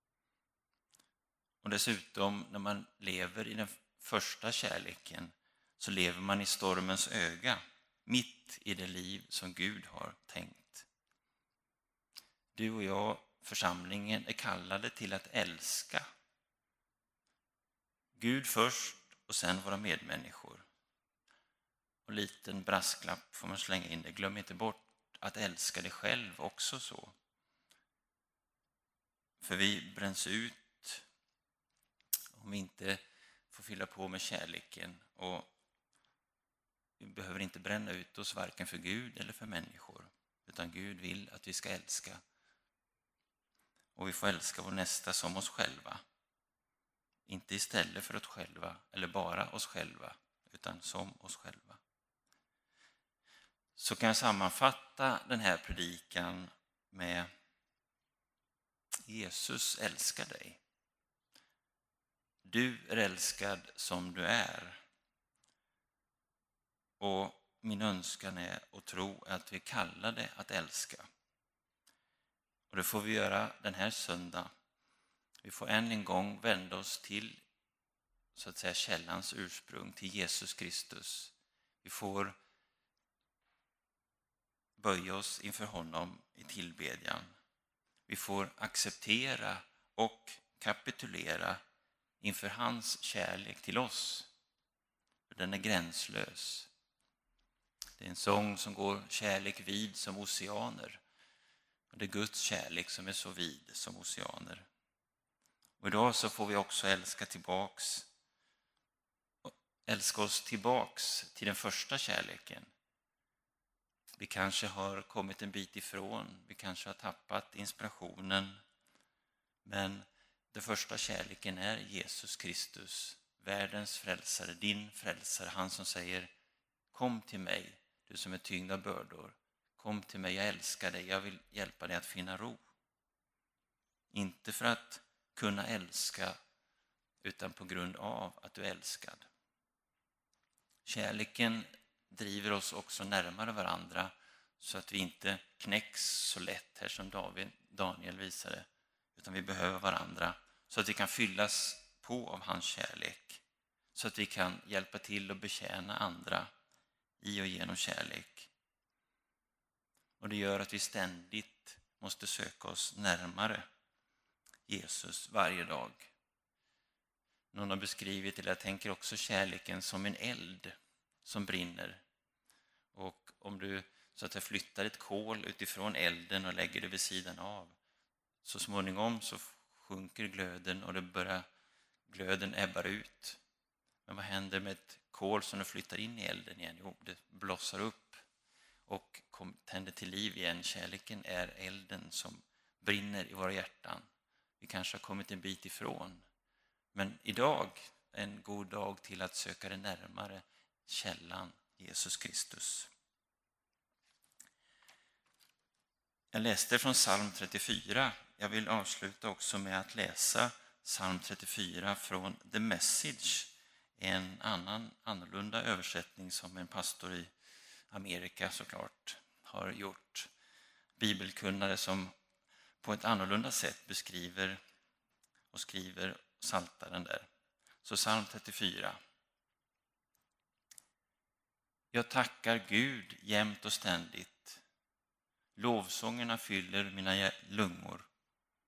Och dessutom, när man lever i den första kärleken, så lever man i stormens öga, mitt i det liv som Gud har tänkt. Du och jag, församlingen, är kallade till att älska Gud först och sen våra medmänniskor. Och en liten brasklapp får man slänga in det. Glöm inte bort att älska dig själv också så. För vi bränns ut om vi inte får fylla på med kärleken. Och vi behöver inte bränna ut oss varken för Gud eller för människor. Utan Gud vill att vi ska älska. Och vi får älska vår nästa som oss själva. Inte istället för oss själva eller bara oss själva, utan som oss själva. Så kan jag sammanfatta den här predikan med: Jesus älskar dig. Du är älskad som du är. Och min önskan är att tro att vi kallar det att älska. Och det får vi göra den här söndag. Vi får än en gång vända oss till, så att säga, källans ursprung, till Jesus Kristus. Vi får böja oss inför honom i tillbedjan. Vi får acceptera och kapitulera inför hans kärlek till oss. För den är gränslös. Det är en sång som går: kärlek vid som oceaner. Och det är Guds kärlek som är så vid som oceaner. Och idag så får vi också älska oss tillbaks till den första kärleken. Vi kanske har kommit en bit ifrån, vi kanske har tappat inspirationen. Men den första kärleken är Jesus Kristus, världens frälsare, din frälsare. Han som säger: kom till mig, du som är tyngd av bördor. Kom till mig, jag älskar dig, jag vill hjälpa dig att finna ro. Inte för att kunna älska, utan på grund av att du är älskad. Kärleken driver oss också närmare varandra, så att vi inte knäcks så lätt här som Daniel visade, utan vi behöver varandra så att vi kan fyllas på av hans kärlek, så att vi kan hjälpa till och betjäna andra i och genom kärlek. Och det gör att vi ständigt måste söka oss närmare Jesus varje dag. Någon har beskrivit, eller jag tänker också, kärleken som en eld som brinner. Och om du så att säga flyttar ett kol utifrån elden och lägger det vid sidan av, så småningom så sjunker glöden och glöden ebbar ut. Men vad händer med ett kol som du flyttar in i elden igen? Jo, det blossar upp och tänder till liv igen. Kärleken är elden som brinner i våra hjärtan. Vi kanske har kommit en bit ifrån. Men idag är en god dag till att söka det närmare källan Jesus Kristus. Jag läste från psalm 34. Jag vill avsluta också med att läsa psalm 34 från The Message. En annorlunda översättning som en pastor i Amerika såklart har gjort. Bibelkunnare som på ett annorlunda sätt beskriver och skriver psaltaren där. Så psalm 34. Jag tackar Gud jämt och ständigt. Lovsångerna fyller mina lungor.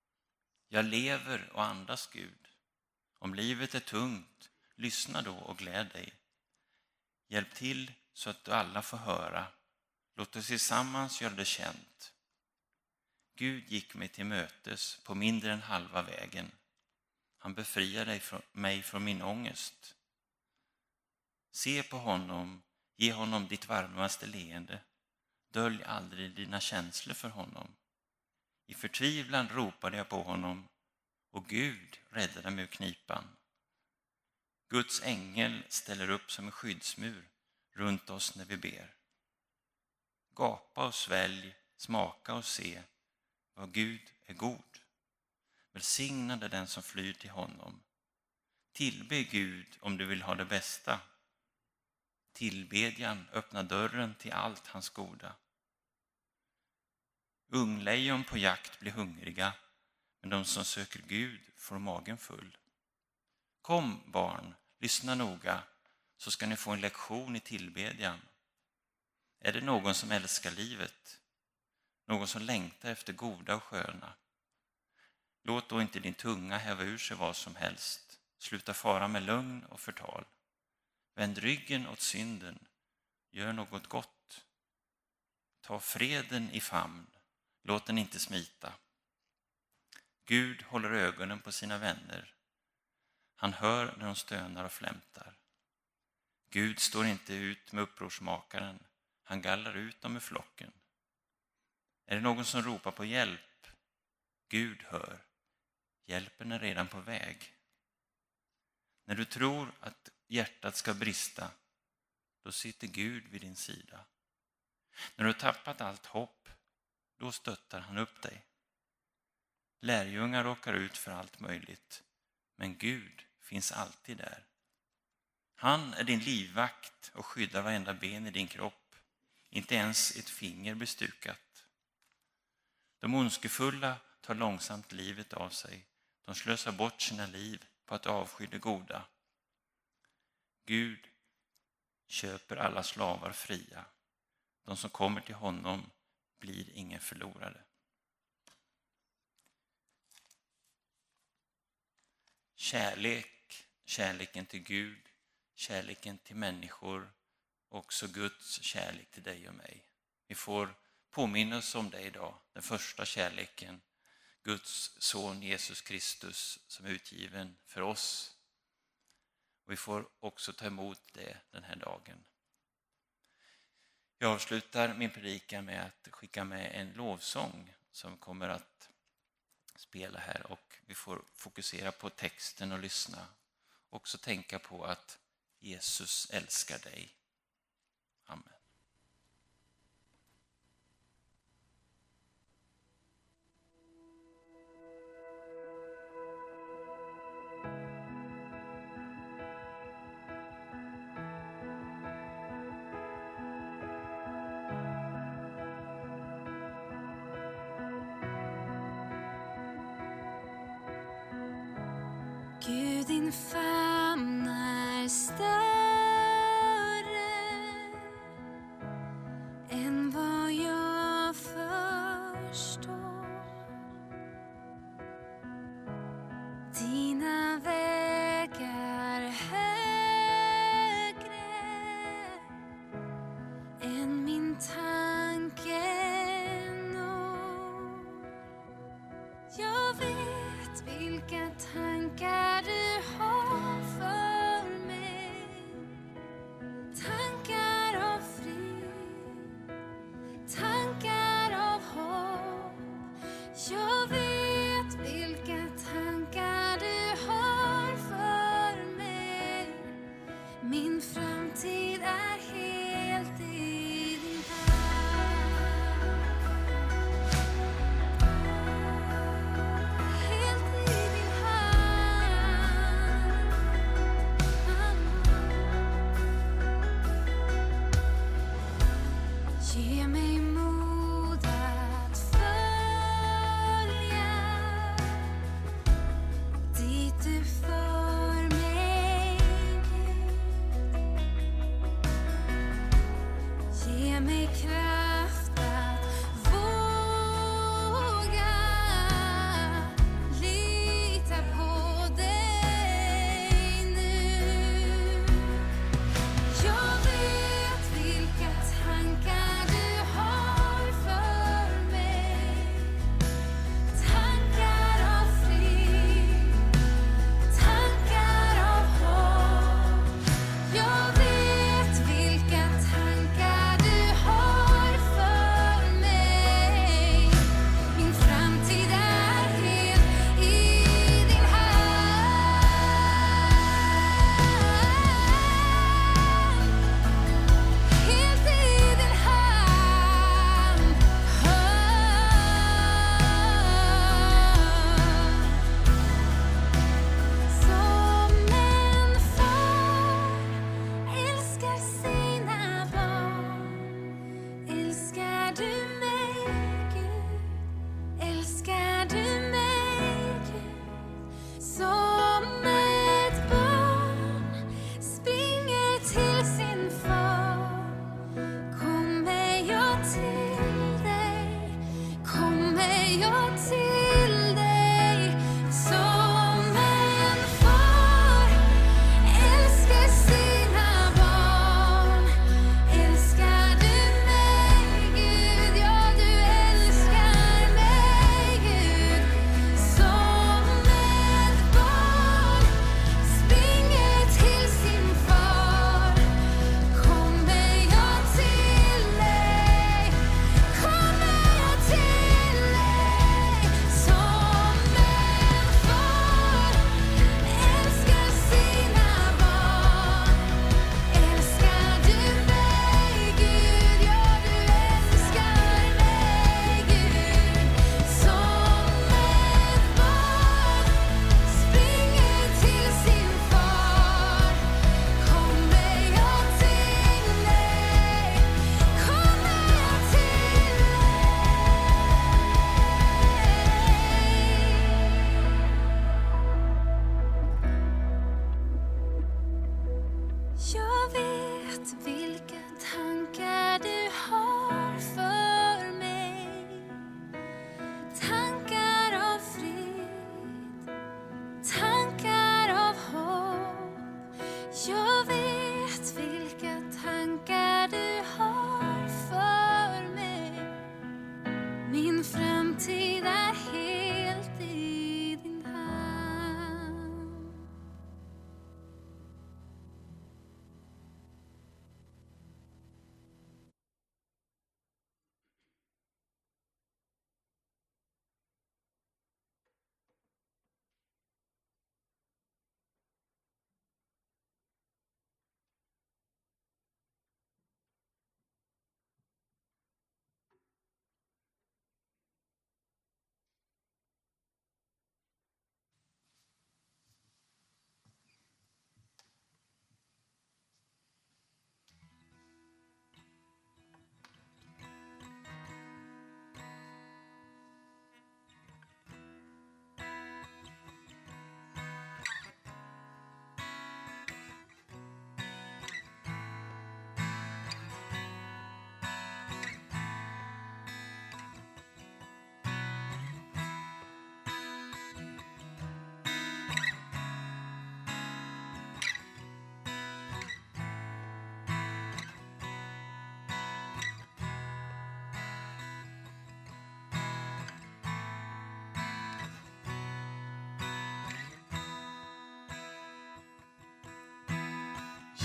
Jag lever och andas, Gud. Om livet är tungt, lyssna då och gläd dig. Hjälp till så att du alla får höra. Låt oss tillsammans göra det känt. Gud gick mig till mötes på mindre än halva vägen. Han befriade mig från min ångest. Se på honom, ge honom ditt varmaste leende. Dölj aldrig dina känslor för honom. I förtvivlan ropade jag på honom och Gud räddade mig ur knipan. Guds ängel ställer upp som en skyddsmur runt oss när vi ber. Gapa och svälj, smaka och se vad Gud är god. Välsignade den som flyr till honom. Tillbe Gud om du vill ha det bästa. Tillbedjan öppnar dörren till allt hans goda. Unglejon på jakt blir hungriga, men de som söker Gud får magen full. Kom barn, lyssna noga, så ska ni få en lektion i tillbedjan. Är det någon som älskar livet? Någon som längtar efter goda och sköna? Låt då inte din tunga häva ur sig vad som helst. Sluta fara med lögn och förtal. Vänd ryggen åt synden. Gör något gott. Ta freden i famn. Låt den inte smita. Gud håller ögonen på sina vänner. Han hör när de stönar och flämtar. Gud står inte ut med upprorsmakaren. Han gallar ut dem ur flocken. Är det någon som ropar på hjälp? Gud hör. Hjälpen är redan på väg. När du tror att hjärtat ska brista, då sitter Gud vid din sida. När du har tappat allt hopp, då stöttar han upp dig. Lärjungar råkar ut för allt möjligt, men Gud finns alltid där. Han är din livvakt och skyddar varenda ben i din kropp. Inte ens ett finger blir stukat. De ondskefulla tar långsamt livet av sig. De slösar bort sina liv på att avsky det goda. Gud köper alla slavar fria. De som kommer till honom blir ingen förlorare. Kärleken till Gud, kärleken till människor, också Guds kärlek till dig och mig. Vi får påminna oss om det idag, den första kärleken, Guds son Jesus Kristus som är utgiven för oss. Och vi får också ta emot det den här dagen. Jag avslutar min predikan med att skicka med en lovsång som kommer att spela här, och vi får fokusera på texten och lyssna. Också tänka på att Jesus älskar dig. Amen. Gud, din famn är större än vad jag förstår. Dina vägar högre än min tanke når. Jag vet vilka tankar du har för mig. Tankar av frid, tankar av hopp. Jag vet vilka tankar du har för mig. Min framtid är helt i din hand. Helt i din hand.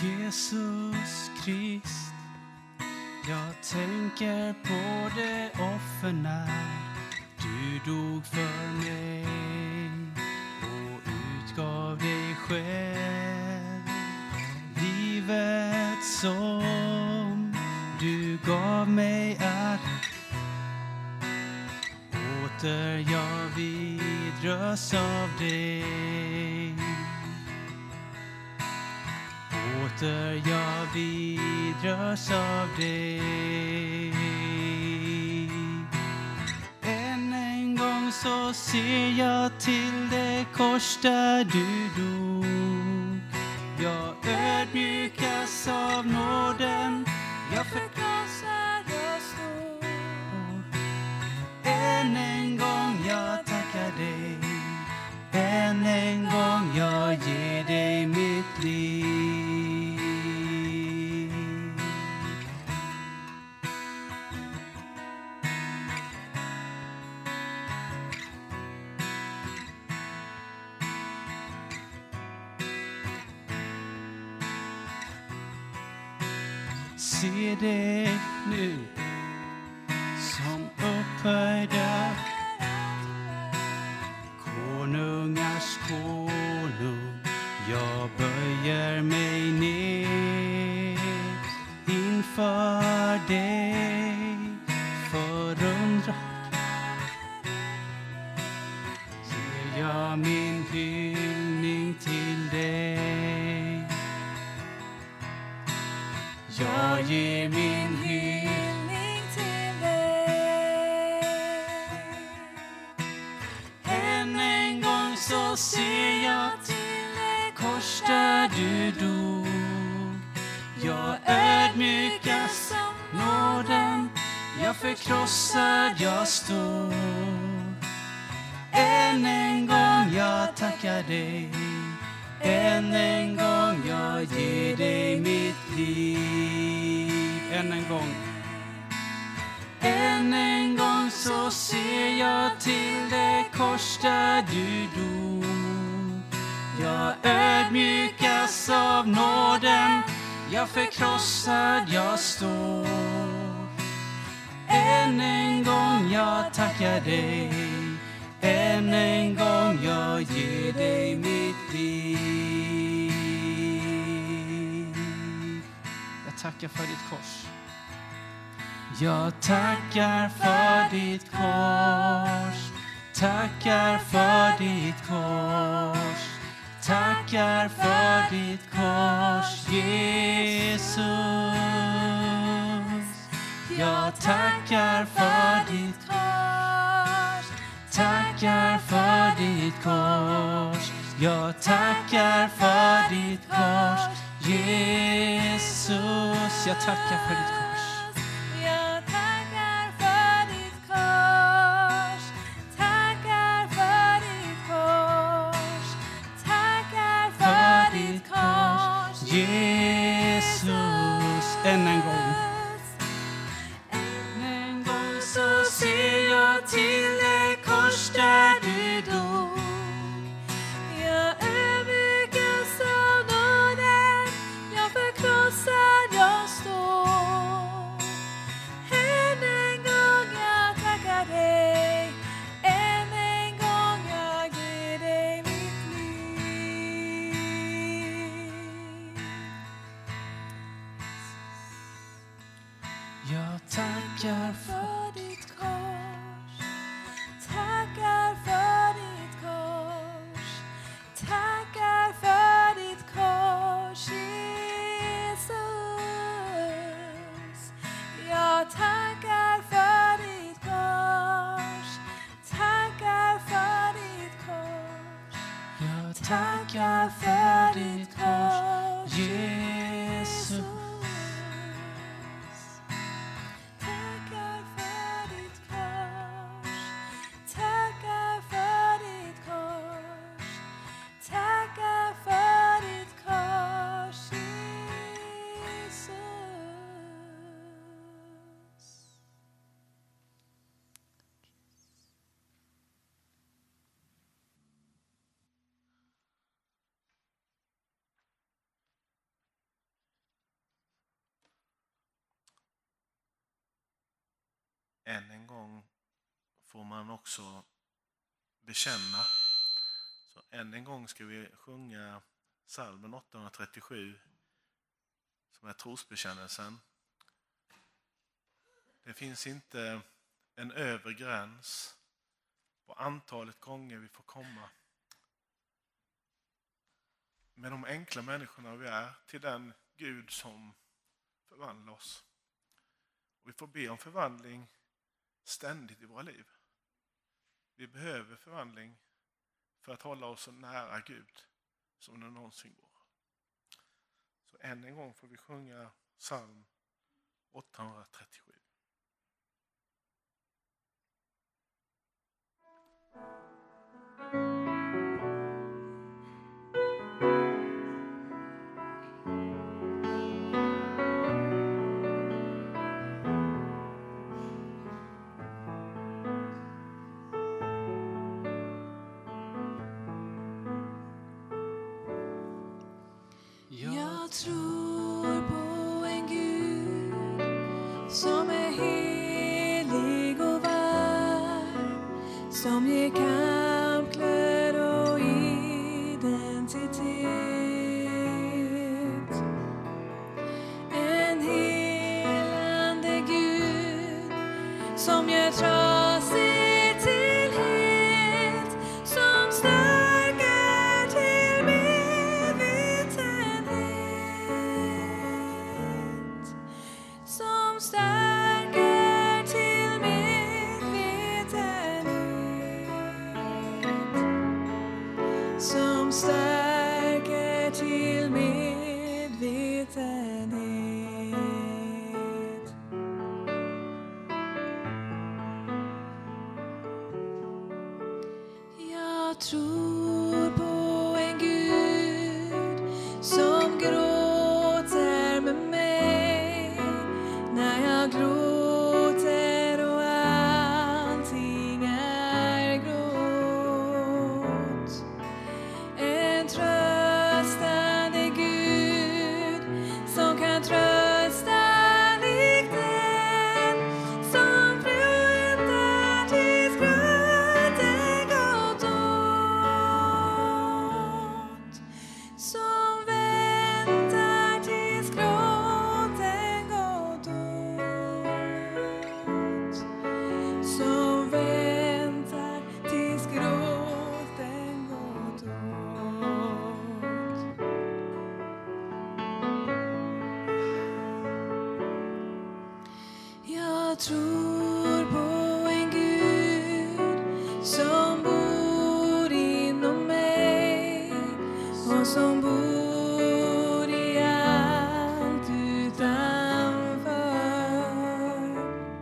Jesus Krist, jag tänker på det offer när du dog för mig och utgav dig själv. Livet som du gav mig är åter jag vidrörs av dig. Åter jag vidrörs av dig. Än en gång så ser jag till det kors där du dog. Jag ödmjukas av nåden, jag förkrossar, jag står. Än en gång jag tackar dig, än en gång jag ger dig mitt liv. Se dig nu som upphöjda konungars konung. Jag böjer mig ner inför dig förundrad. Ger jag min hyllning till dig. Jag ger min hyllning till dig. Än en gång så ser jag till det kors där du dog. Jag ödmjukas av nåden, jag förkrossad jag står. Än en gång jag tackar dig, än en gång jag ger dig mitt liv. Än en gång. Än en gång så ser jag till det kors där du dog. Jag ödmjukas av nåden, jag förkrossad jag står. Än en gång jag tackar dig, än en gång jag ger dig mitt liv. Jag tackar för ditt kors. Jag tackar för ditt kors. Tackar för ditt kors. Tackar för ditt kors, Jesus. Jag tackar för ditt kors. Tackar för ditt kors. Jag tackar för ditt kors, Jesus. Jag tackar för ditt kors. Jag tackar för ditt kors. Tackar för ditt kors. Tackar för ditt kors, Jesus. Än en gång. Än en gång så ser jag till det kors där du dog. Jag ödmjukas av nåden, jag förkrossad jag står. Än en gång jag tackar dig, än en gång jag ger dig mitt liv. Jag tackar för För ditt kors, tackar för ditt kors, tackar för ditt kors, Jesus. Jag tackar för ditt kors, tackar för ditt kors, Jag tackar för ditt kors, Jesus. Tackar för ditt kors. Tackar för ditt kors. Tackar för ditt kors, Jesus. gång får man också bekänna. Så än en gång ska vi sjunga psalmen 837 som är trosbekännelsen. Det finns inte en övre gräns på antalet gånger vi får komma med de enkla människorna vi är till den Gud som förvandlar oss. Och vi får be om förvandling ständigt i våra liv. Vi behöver förvandling för att hålla oss så nära Gud som det någonsin går. Så än en gång får vi sjunga psalm 837. Jag tror på en Gud som är helig och varm, som ger kampglöd och identitet. En helande Gud som gör trasigt till helt, som stärker till medvetenhet, som stärker till medvetenhet, som stärker till medvetenhet. Jag tror på en Gud som gråter med mig när jag gråter och allting är gråt. En tröstande Gud som kan trösta likt den som väntar tills gråten gått åt. Som väntar tills gråten gått åt. Som väntar tills gråten gått åt. Jag tror på en Gud som bor inom mig och som bor i allt utanför.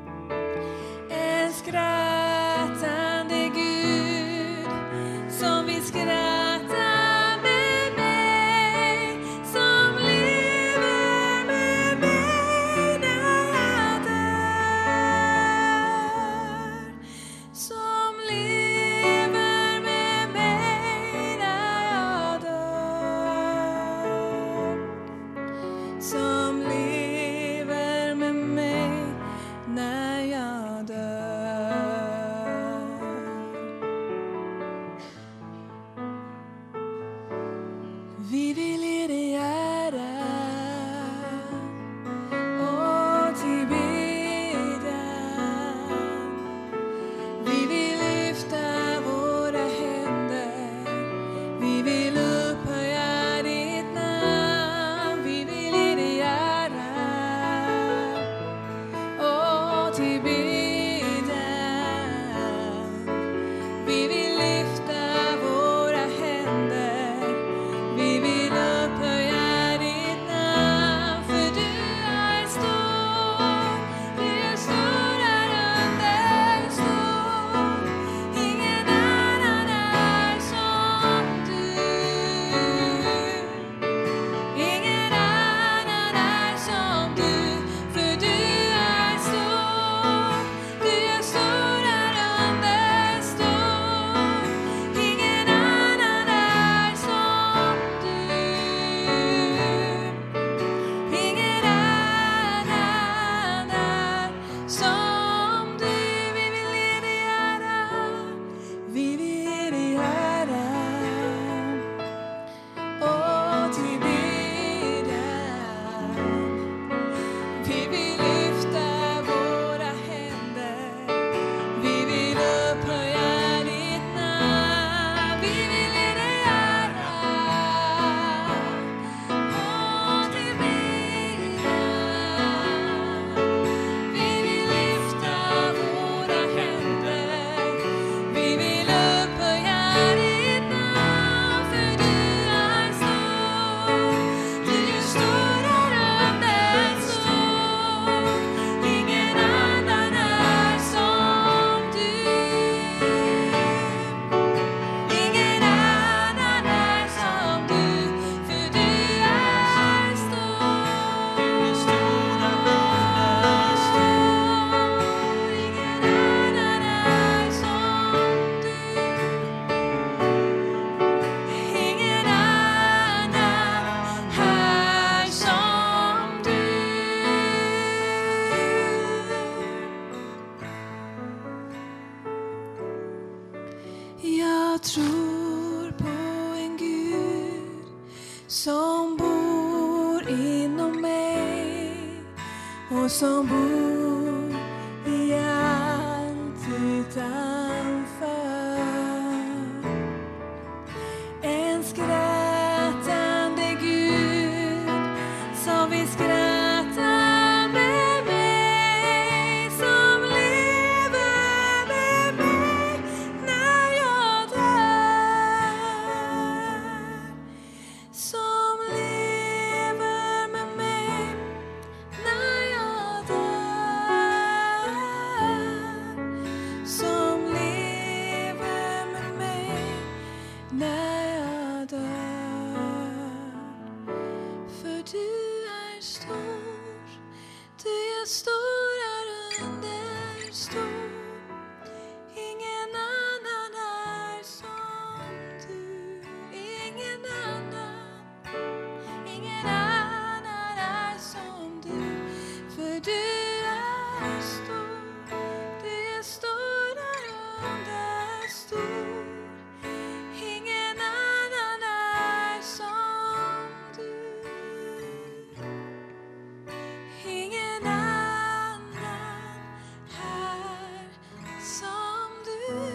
En skrattande Gud som vill skratta med mig, som lever med mig när jag dör, som lever med mig när jag dör, som lever med mig när jag dör. Vi vill ge dig ära och tillbedjan. Vi vill lyfta våra händer. Vi vill upphöja ditt namn. Vi vill ge dig ära och tillbedjan. Vi vill lyfta våra händer. Vi vill upphöja som bor inom mig och som bor i allt utanför. En skrattande Gud som vill skratta med mig, som lever med mig när jag dör, som lever med mig när jag dör, som lever med mig när jag dör. För du är stor, du är stor, är understor. Ingen annan är som du, ingen annan är som du. För du är stor, du är stor, är understor. Ingen annan är som du. Ingen annan är som du.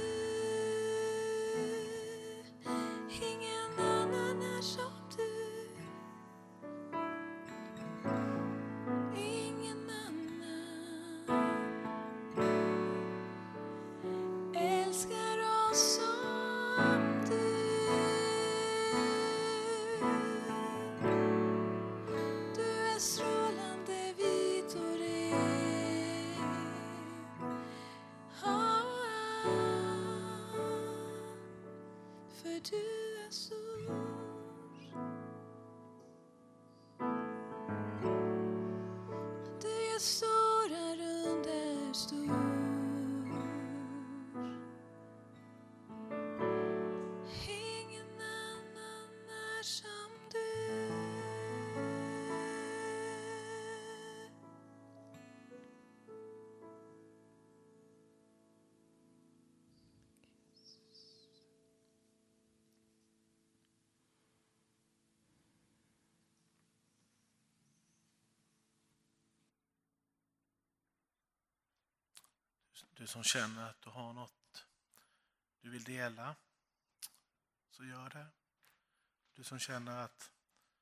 Ingen annan är som du. Ingen annan älskar oss som du. Du är strålande vit och ren. För du är stor. Du är stor, är understor. Ingen annan är som du. Du som känner att du har något du vill dela, så gör det. Du som känner att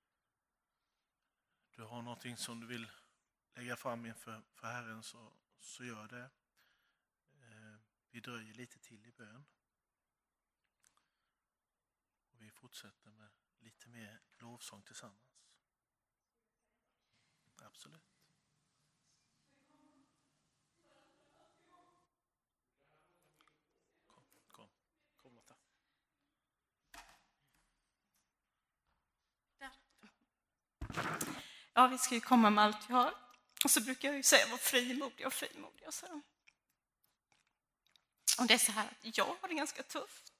du har någonting som du vill lägga fram inför Herren, så gör det. Vi dröjer lite till i bön. Och vi fortsätter med lite mer lovsång tillsammans. Absolut. Kom Lotta. Ja, vi ska ju komma med allt vi har. Och så brukar jag ju säga var frimodiga och frimodiga. Så. Och det är så här att jag har det ganska tufft.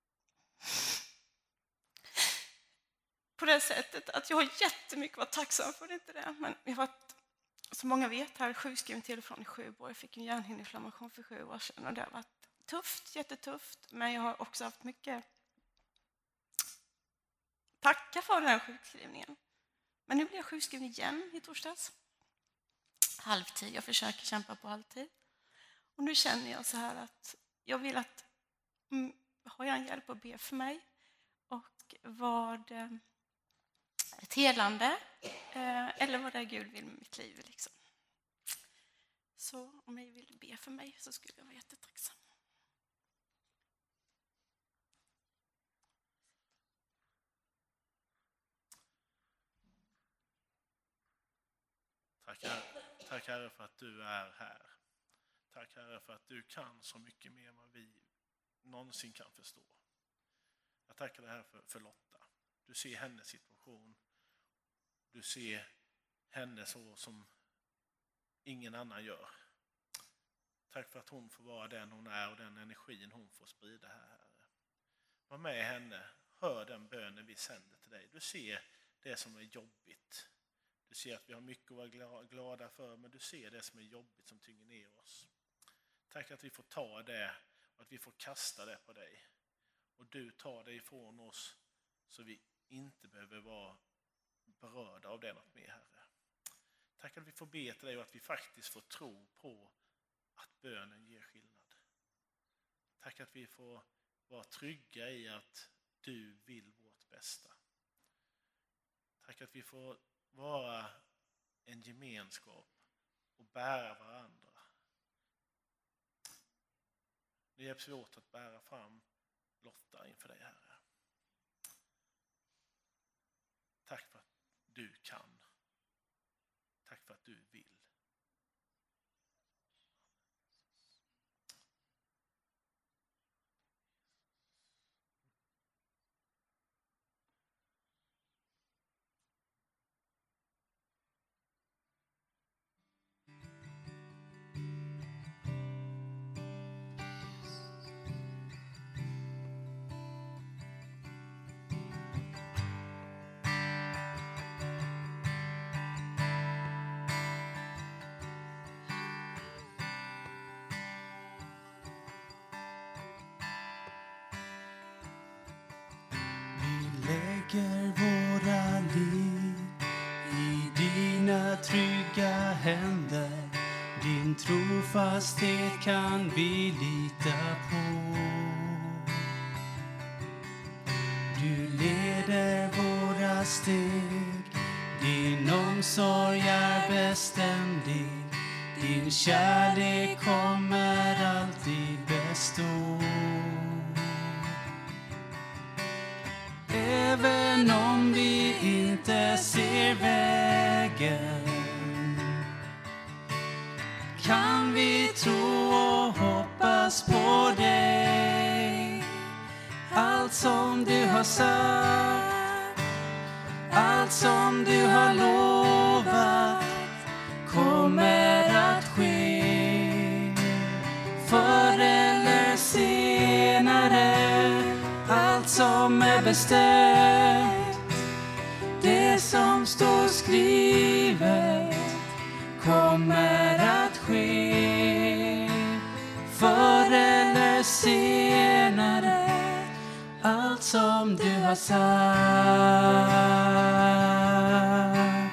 På det sättet att jag har jättemycket att vara tacksam för, det inte det. Men jag har varit, som många vet här, sjukskriven till och från i 7 år. Jag fick en hjärnhinneinflammation för 7 år sedan och det har varit tufft, jättetufft. Men jag har också haft mycket tacka för den här sjukskrivningen. Men nu blir jag sjukskriven igen i torsdags. Halvtid, jag försöker kämpa på halvtid. Och nu känner jag så här att jag vill att, har jag en hjälp att be för mig? Och vad ett helande, eller vad det är Gud vill med mitt liv. Liksom. Så om ni vill be för mig så skulle jag vara jättetacksam. Tack Herre för att du är här. Tack Herre för att du kan så mycket mer än vad vi någonsin kan förstå. Jag tackar dig här för Lotta. Du ser hennes situation. Du ser henne så som ingen annan gör. Tack för att hon får vara den hon är och den energin hon får sprida här, Herre. Var med henne. Hör den bönen vi sänder till dig. Du ser det som är jobbigt. Du ser att vi har mycket att vara glada för, men du ser det som är jobbigt som tynger ner oss. Tack att vi får ta det och att vi får kasta det på dig. Och du tar det ifrån oss så vi inte behöver vara berörda av det något mer, Herre. Tack att vi får be till dig och att vi faktiskt får tro på att bönen ger skillnad. Tack att vi får vara trygga i att du vill vårt bästa. Tack att vi får vara en gemenskap och bära varandra. Nu hjälps vi åt att bära fram Lotta inför dig, Herre. Tack för att du kan. Tack för att du vill. Lägger våra liv i dina trygga händer. Din trofasthet kan vi lita på. Du leder våra steg. Din omsorg är beständig. Din kärlek kommer alltid bestå. Även om vi inte ser vägen kan vi tro och hoppas på dig. Allt som du har sagt, allt som du har lovat kommer att ske. Förr eller senare, allt som är bestämt, det som står skrivet kommer att ske. Förr eller senare, allt som du har sagt.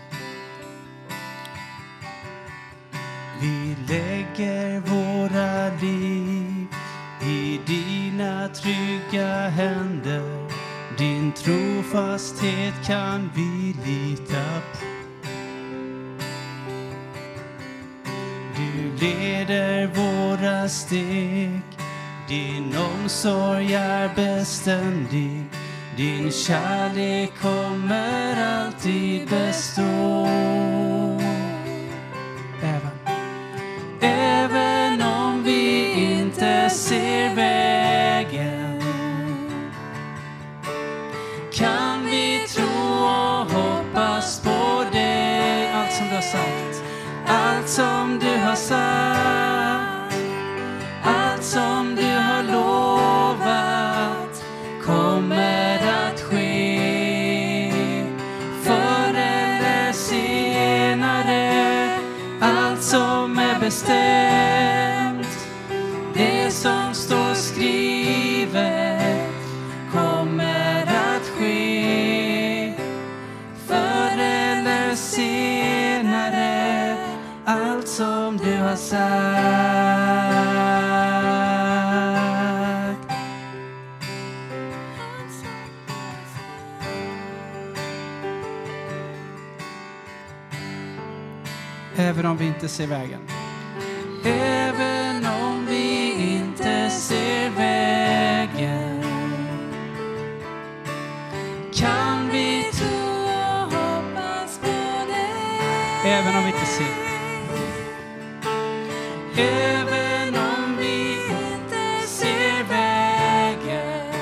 Vi lägger våra liv i dina trygga händer. Din trofasthet kan vi lita på. Du leder våra steg. Din omsorg är beständig. Din kärlek kommer alltid bestå. Även om vi inte ser vägen kan vi tro och hoppas på dig. Allt som du har sagt, allt som du har sagt, allt som du har lovat kommer att ske. Förr eller senare, allt som är bestämt, det som står skrivet kommer att ske. Förr eller senare, allt som du har sagt. Även om vi inte ser vägen. Även om vi inte ser vägen kan vi tro och hoppas på dig. Även om vi inte ser. Även om vi inte ser vägen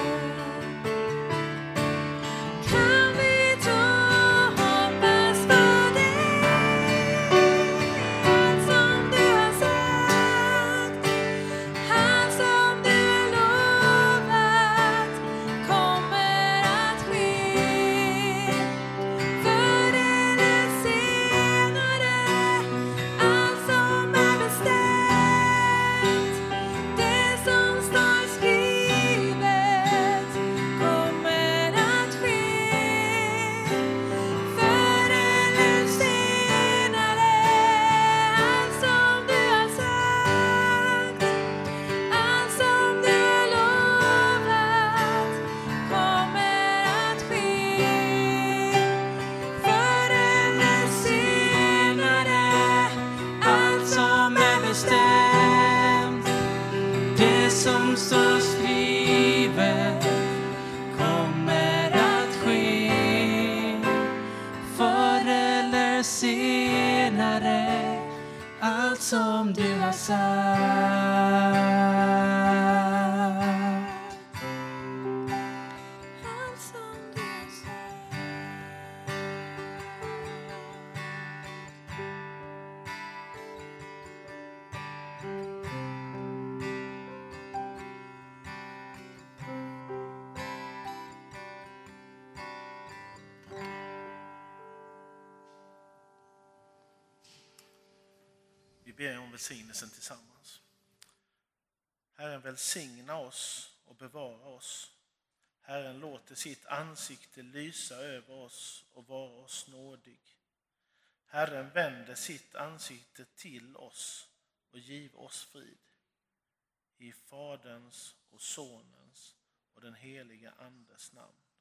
kan vi tro och hoppas på dig. Allt som du har sagt, allt som du har lovat kommer att ske. Förr eller senare, allt som är bestämt, som du har sagt. Allt som du har sagt. Vi ber om välsignelsen tillsammans. Herren välsigna oss och bevara oss. Herren låter sitt ansikte lysa över oss och vara oss nådig. Herren vänder sitt ansikte till oss och giv oss frid. I Faderns och Sonens och den heliga Andes namn.